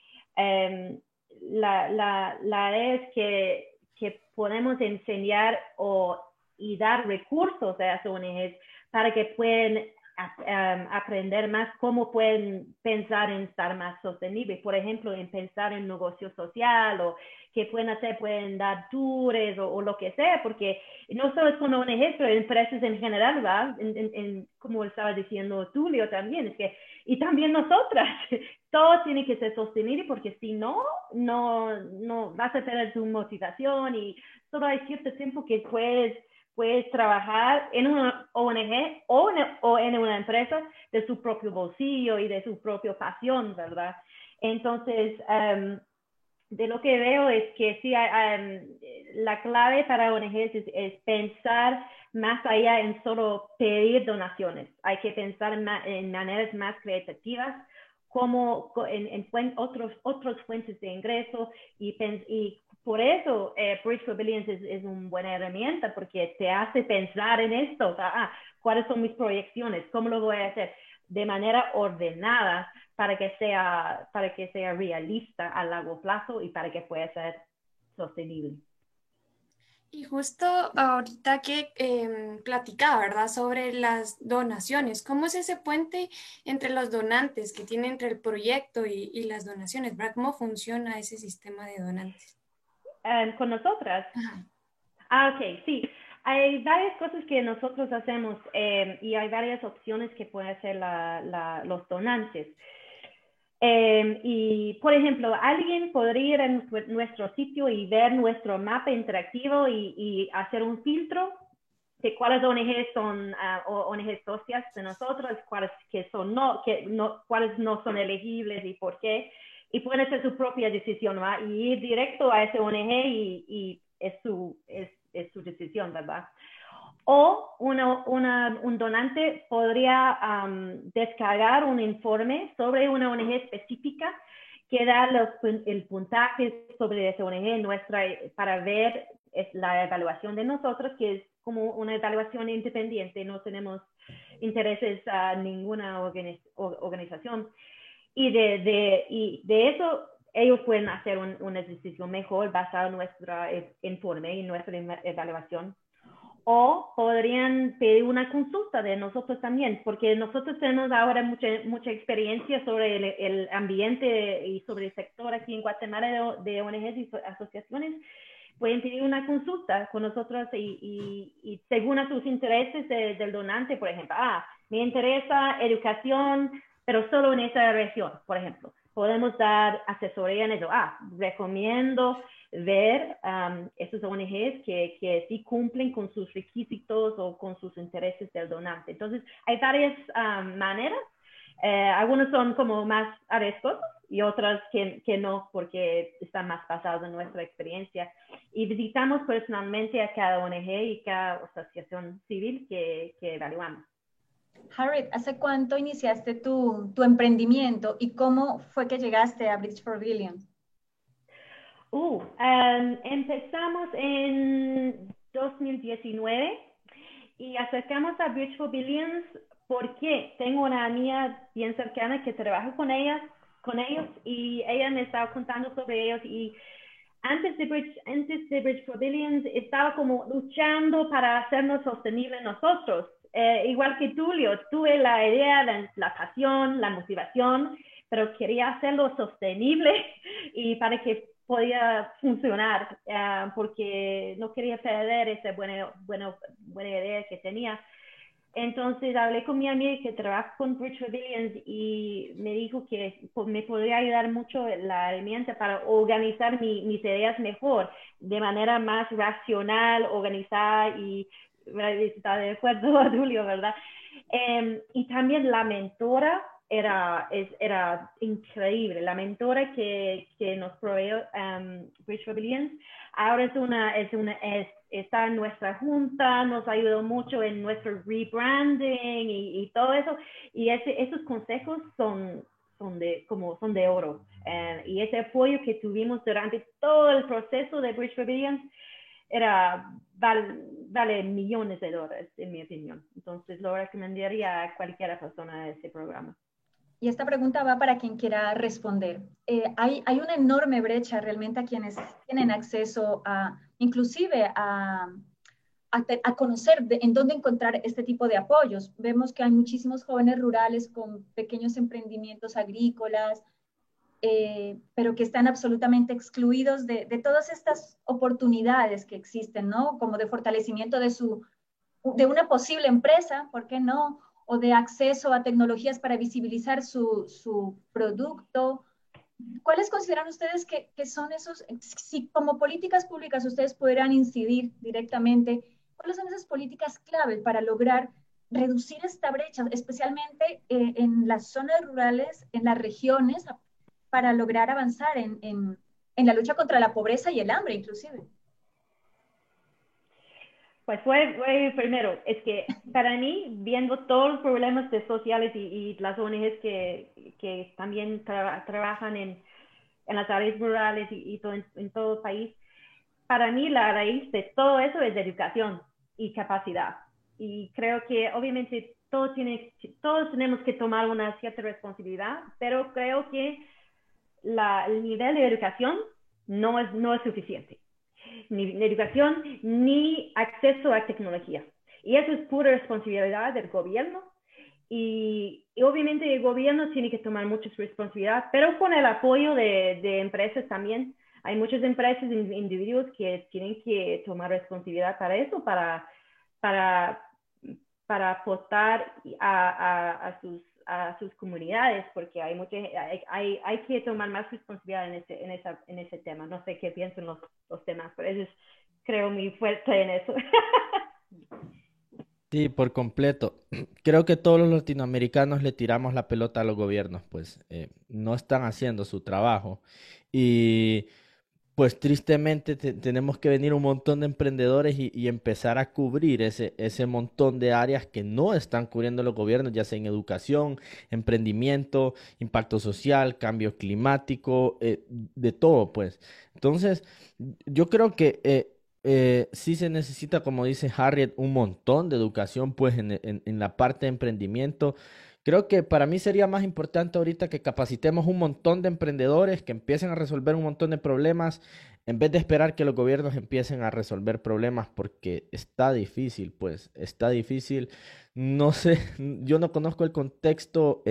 la es que podemos enseñar y dar recursos a las ONGs para que puedan aprender más cómo pueden pensar en estar más sostenibles. Por ejemplo, en pensar en negocio social o qué pueden hacer, pueden dar tours o lo que sea, porque no solo es con ONGs, pero empresas en general, ¿verdad? Como estaba diciendo Tulio también, es que, y también nosotras, todo tiene que ser sostenible porque si no vas a tener tu motivación y solo hay cierto tiempo que puedes trabajar en una ONG o en una empresa de su propio bolsillo y de su propia pasión, ¿verdad? Entonces, de lo que veo es que sí, la clave para ONGs es pensar más allá en solo pedir donaciones. Hay que pensar en maneras más creativas, como en otros fuentes de ingreso y por eso Bridge for Billions es una buena herramienta porque te hace pensar en esto, o sea, cuáles son mis proyecciones, cómo lo voy a hacer de manera ordenada para que sea realista a largo plazo y para que pueda ser sostenible. Y justo ahorita que platicaba, ¿verdad?, sobre las donaciones, ¿cómo es ese puente entre los donantes que tiene entre el proyecto y las donaciones, ¿verdad? ¿Cómo funciona ese sistema de donantes? ¿Con nosotras? Ajá. Ok, sí. Hay varias cosas que nosotros hacemos y hay varias opciones que pueden hacer los donantes. Y, por ejemplo, alguien podría ir a nuestro sitio y ver nuestro mapa interactivo y hacer un filtro de cuáles ONGs son ONGs socias de nosotros, cuáles no son elegibles y por qué. Y pueden hacer su propia decisión, ¿verdad? Y ir directo a ese ONG y es su decisión, ¿verdad? O un donante podría descargar un informe sobre una ONG específica que da el puntaje sobre esa ONG para ver la evaluación de nosotros, que es como una evaluación independiente, no tenemos intereses a ninguna organización. Y de eso ellos pueden hacer una decisión mejor basada en nuestro informe y nuestra evaluación. O podrían pedir una consulta de nosotros también, porque nosotros tenemos ahora mucha experiencia sobre el ambiente y sobre el sector aquí en Guatemala de ONGs y asociaciones. Pueden pedir una consulta con nosotros y según a sus intereses del donante, por ejemplo, me interesa educación, pero solo en esa región, por ejemplo. podemos dar asesoría en eso. Recomiendo ver esas ONGs que sí cumplen con sus requisitos o con sus intereses del donante. Entonces, hay varias maneras. Algunos son como más arriesgados y otras que no, porque están más basados en nuestra experiencia. Y visitamos personalmente a cada ONG y cada asociación civil que evaluamos. Harriet, ¿hace cuánto iniciaste tu emprendimiento y cómo fue que llegaste a Bridge for Billions? Empezamos en 2019 y acercamos a Bridge for Billions porque tengo una amiga bien cercana que trabaja con ellos y ella me estaba contando sobre ellos y antes de Bridge for Billions estaba como luchando para hacernos sostenibles nosotros. Igual que Tulio, tuve la idea, la pasión, la motivación, pero quería hacerlo sostenible y para que podía funcionar, porque no quería perder esa buena idea que tenía. Entonces hablé con mi amiga que trabaja con Bridge for Billions y me dijo que me podría ayudar mucho la herramienta para organizar mis ideas mejor, de manera más racional, organizada y está de acuerdo a Julio, ¿verdad? Y también la mentora era increíble. La mentora que nos proveyó Bridge for Billions ahora está en nuestra junta, nos ayudó mucho en nuestro rebranding y todo eso. Y esos consejos son de oro. Y ese apoyo que tuvimos durante todo el proceso de Bridge for Billions vale millones de dólares, en mi opinión. Entonces, lo recomendaría a cualquier persona de ese programa. Y esta pregunta va para quien quiera responder. Hay una enorme brecha realmente a quienes tienen acceso inclusive a conocer en dónde encontrar este tipo de apoyos. Vemos que hay muchísimos jóvenes rurales con pequeños emprendimientos agrícolas, pero que están absolutamente excluidos de todas estas oportunidades que existen, ¿no? Como de fortalecimiento de una posible empresa, ¿por qué no? O de acceso a tecnologías para visibilizar su producto. ¿Cuáles consideran ustedes que son esos, si como políticas públicas ustedes pudieran incidir directamente, cuáles son esas políticas clave para lograr reducir esta brecha, especialmente en las zonas rurales, en las regiones, para lograr avanzar en la lucha contra la pobreza y el hambre, inclusive? Pues fue primero, es que para mí, viendo todos los problemas sociales y las ONGs que también trabajan en las áreas rurales y en todo el país, para mí la raíz de todo eso es educación y capacidad. Y creo que obviamente todos tenemos que tomar una cierta responsabilidad, pero creo que el nivel de educación no es suficiente. Ni educación, ni acceso a tecnología. Y eso es pura responsabilidad del gobierno. Y obviamente el gobierno tiene que tomar mucha responsabilidad, pero con el apoyo de empresas también. Hay muchas empresas e individuos que tienen que tomar responsabilidad para eso, para aportar a sus comunidades, porque hay que tomar más responsabilidad en ese tema. No sé qué piensan los demás, pero eso es, creo, muy fuerte en eso. Sí, por completo. Creo que todos los latinoamericanos le tiramos la pelota a los gobiernos, pues no están haciendo su trabajo. Y pues tristemente tenemos que venir un montón de emprendedores y empezar a cubrir ese montón de áreas que no están cubriendo los gobiernos, ya sea en educación, emprendimiento, impacto social, cambio climático, de todo, pues. Entonces, yo creo que sí se necesita, como dice Harriet, un montón de educación, pues, en la parte de emprendimiento. Creo que para mí sería más importante ahorita que capacitemos un montón de emprendedores que empiecen a resolver un montón de problemas en vez de esperar que los gobiernos empiecen a resolver problemas, porque está difícil, pues, está difícil. No sé, yo no conozco el contexto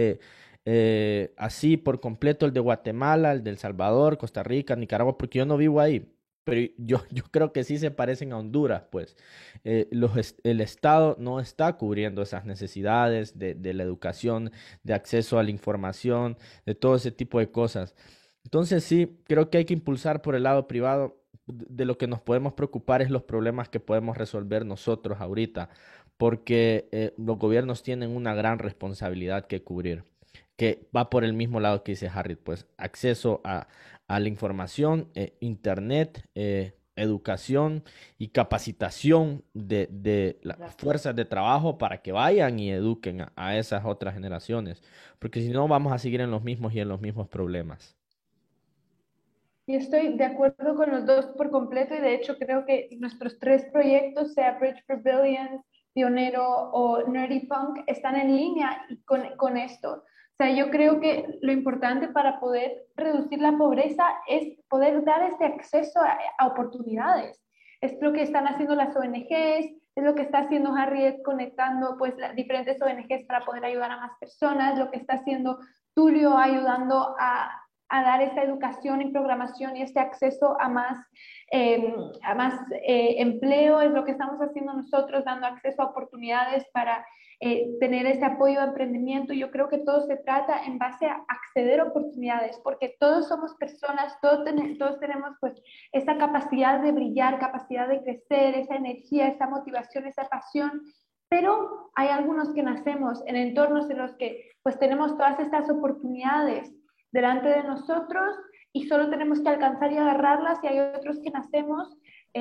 así por completo, el de Guatemala, el de El Salvador, Costa Rica, Nicaragua, porque yo no vivo ahí. pero yo creo que sí se parecen a Honduras, pues. El Estado no está cubriendo esas necesidades de la educación, de acceso a la información, de todo ese tipo de cosas. Entonces sí, creo que hay que impulsar por el lado privado. De lo que nos podemos preocupar es los problemas que podemos resolver nosotros ahorita, porque los gobiernos tienen una gran responsabilidad que cubrir, que va por el mismo lado que dice Harriet, pues acceso a la información, internet, educación y capacitación de las fuerzas de trabajo para que vayan y eduquen a esas otras generaciones, porque si no vamos a seguir en los mismos problemas. Y estoy de acuerdo con los dos por completo, y de hecho creo que nuestros 3 proyectos, sea Bridge for Billions, Pionero o Nerdy Punk, están en línea con esto. O sea, yo creo que lo importante para poder reducir la pobreza es poder dar este acceso a oportunidades. Es lo que están haciendo las ONGs, es lo que está haciendo Harriet conectando pues las diferentes ONGs para poder ayudar a más personas, lo que está haciendo Tulio ayudando a dar esta educación y programación y este acceso a más empleo, es lo que estamos haciendo nosotros, dando acceso a oportunidades para tener ese apoyo a emprendimiento. Yo creo que todo se trata en base a acceder a oportunidades, porque todos somos personas, todos tenemos pues esa capacidad de brillar, capacidad de crecer, esa energía, esa motivación, esa pasión, pero hay algunos que nacemos en entornos en los que pues tenemos todas estas oportunidades delante de nosotros y solo tenemos que alcanzar y agarrarlas, y hay otros que nacemos,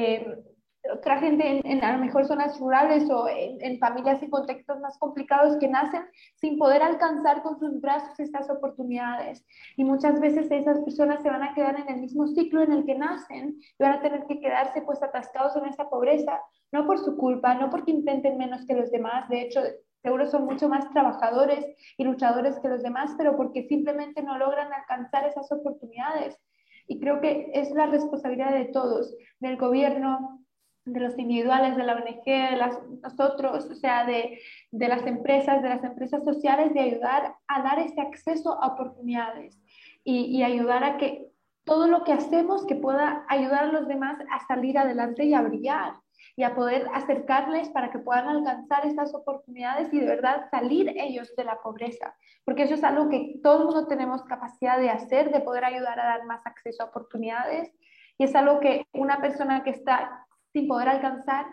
otra gente en a lo mejor zonas rurales o en familias y contextos más complicados que nacen sin poder alcanzar con sus brazos estas oportunidades, y muchas veces esas personas se van a quedar en el mismo ciclo en el que nacen y van a tener que quedarse pues atascados en esa pobreza, no por su culpa, no porque intenten menos que los demás, de hecho seguro son mucho más trabajadores y luchadores que los demás, pero porque simplemente no logran alcanzar esas oportunidades. Y creo que es la responsabilidad de todos, del gobierno, de los individuales, de la ONG, de nosotros, o sea, de las empresas sociales, de ayudar a dar ese acceso a oportunidades y ayudar a que todo lo que hacemos que pueda ayudar a los demás a salir adelante y a brillar, y a poder acercarles para que puedan alcanzar estas oportunidades y de verdad salir ellos de la pobreza, porque eso es algo que todo el mundo tenemos capacidad de hacer, de poder ayudar a dar más acceso a oportunidades, y es algo que una persona que está sin poder alcanzar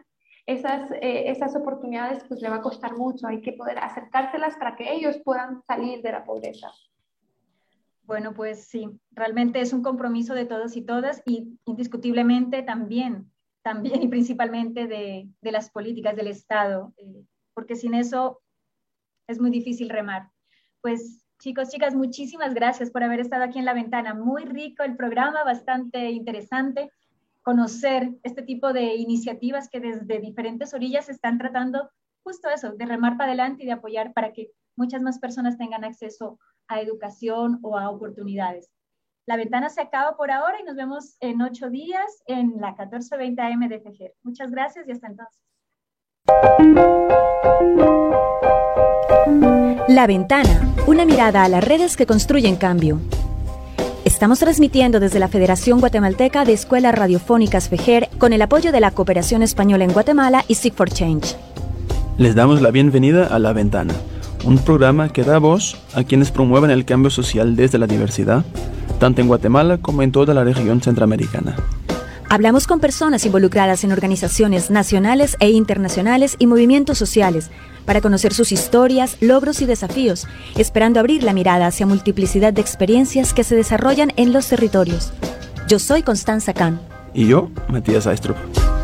esas oportunidades pues le va a costar mucho, hay que poder acercárselas para que ellos puedan salir de la pobreza. Bueno, pues sí, realmente es un compromiso de todos y todas, y indiscutiblemente también y principalmente de las políticas del Estado, porque sin eso es muy difícil remar. Pues chicos, chicas, muchísimas gracias por haber estado aquí en La Ventana. Muy rico el programa, bastante interesante conocer este tipo de iniciativas que desde diferentes orillas están tratando justo eso, de remar para adelante y de apoyar para que muchas más personas tengan acceso a educación o a oportunidades. La Ventana se acaba por ahora y nos vemos en 8 días en la 1420 AM de FEGER. Muchas gracias y hasta entonces. La Ventana, una mirada a las redes que construyen cambio. Estamos transmitiendo desde la Federación Guatemalteca de Escuelas Radiofónicas FEGER con el apoyo de la Cooperación Española en Guatemala y Seek for Change. Les damos la bienvenida a La Ventana, un programa que da voz a quienes promueven el cambio social desde la diversidad, tanto en Guatemala como en toda la región centroamericana. Hablamos con personas involucradas en organizaciones nacionales e internacionales y movimientos sociales para conocer sus historias, logros y desafíos, esperando abrir la mirada hacia multiplicidad de experiencias que se desarrollan en los territorios. Yo soy Constanza Kahn. Y yo, Matías Aistrup.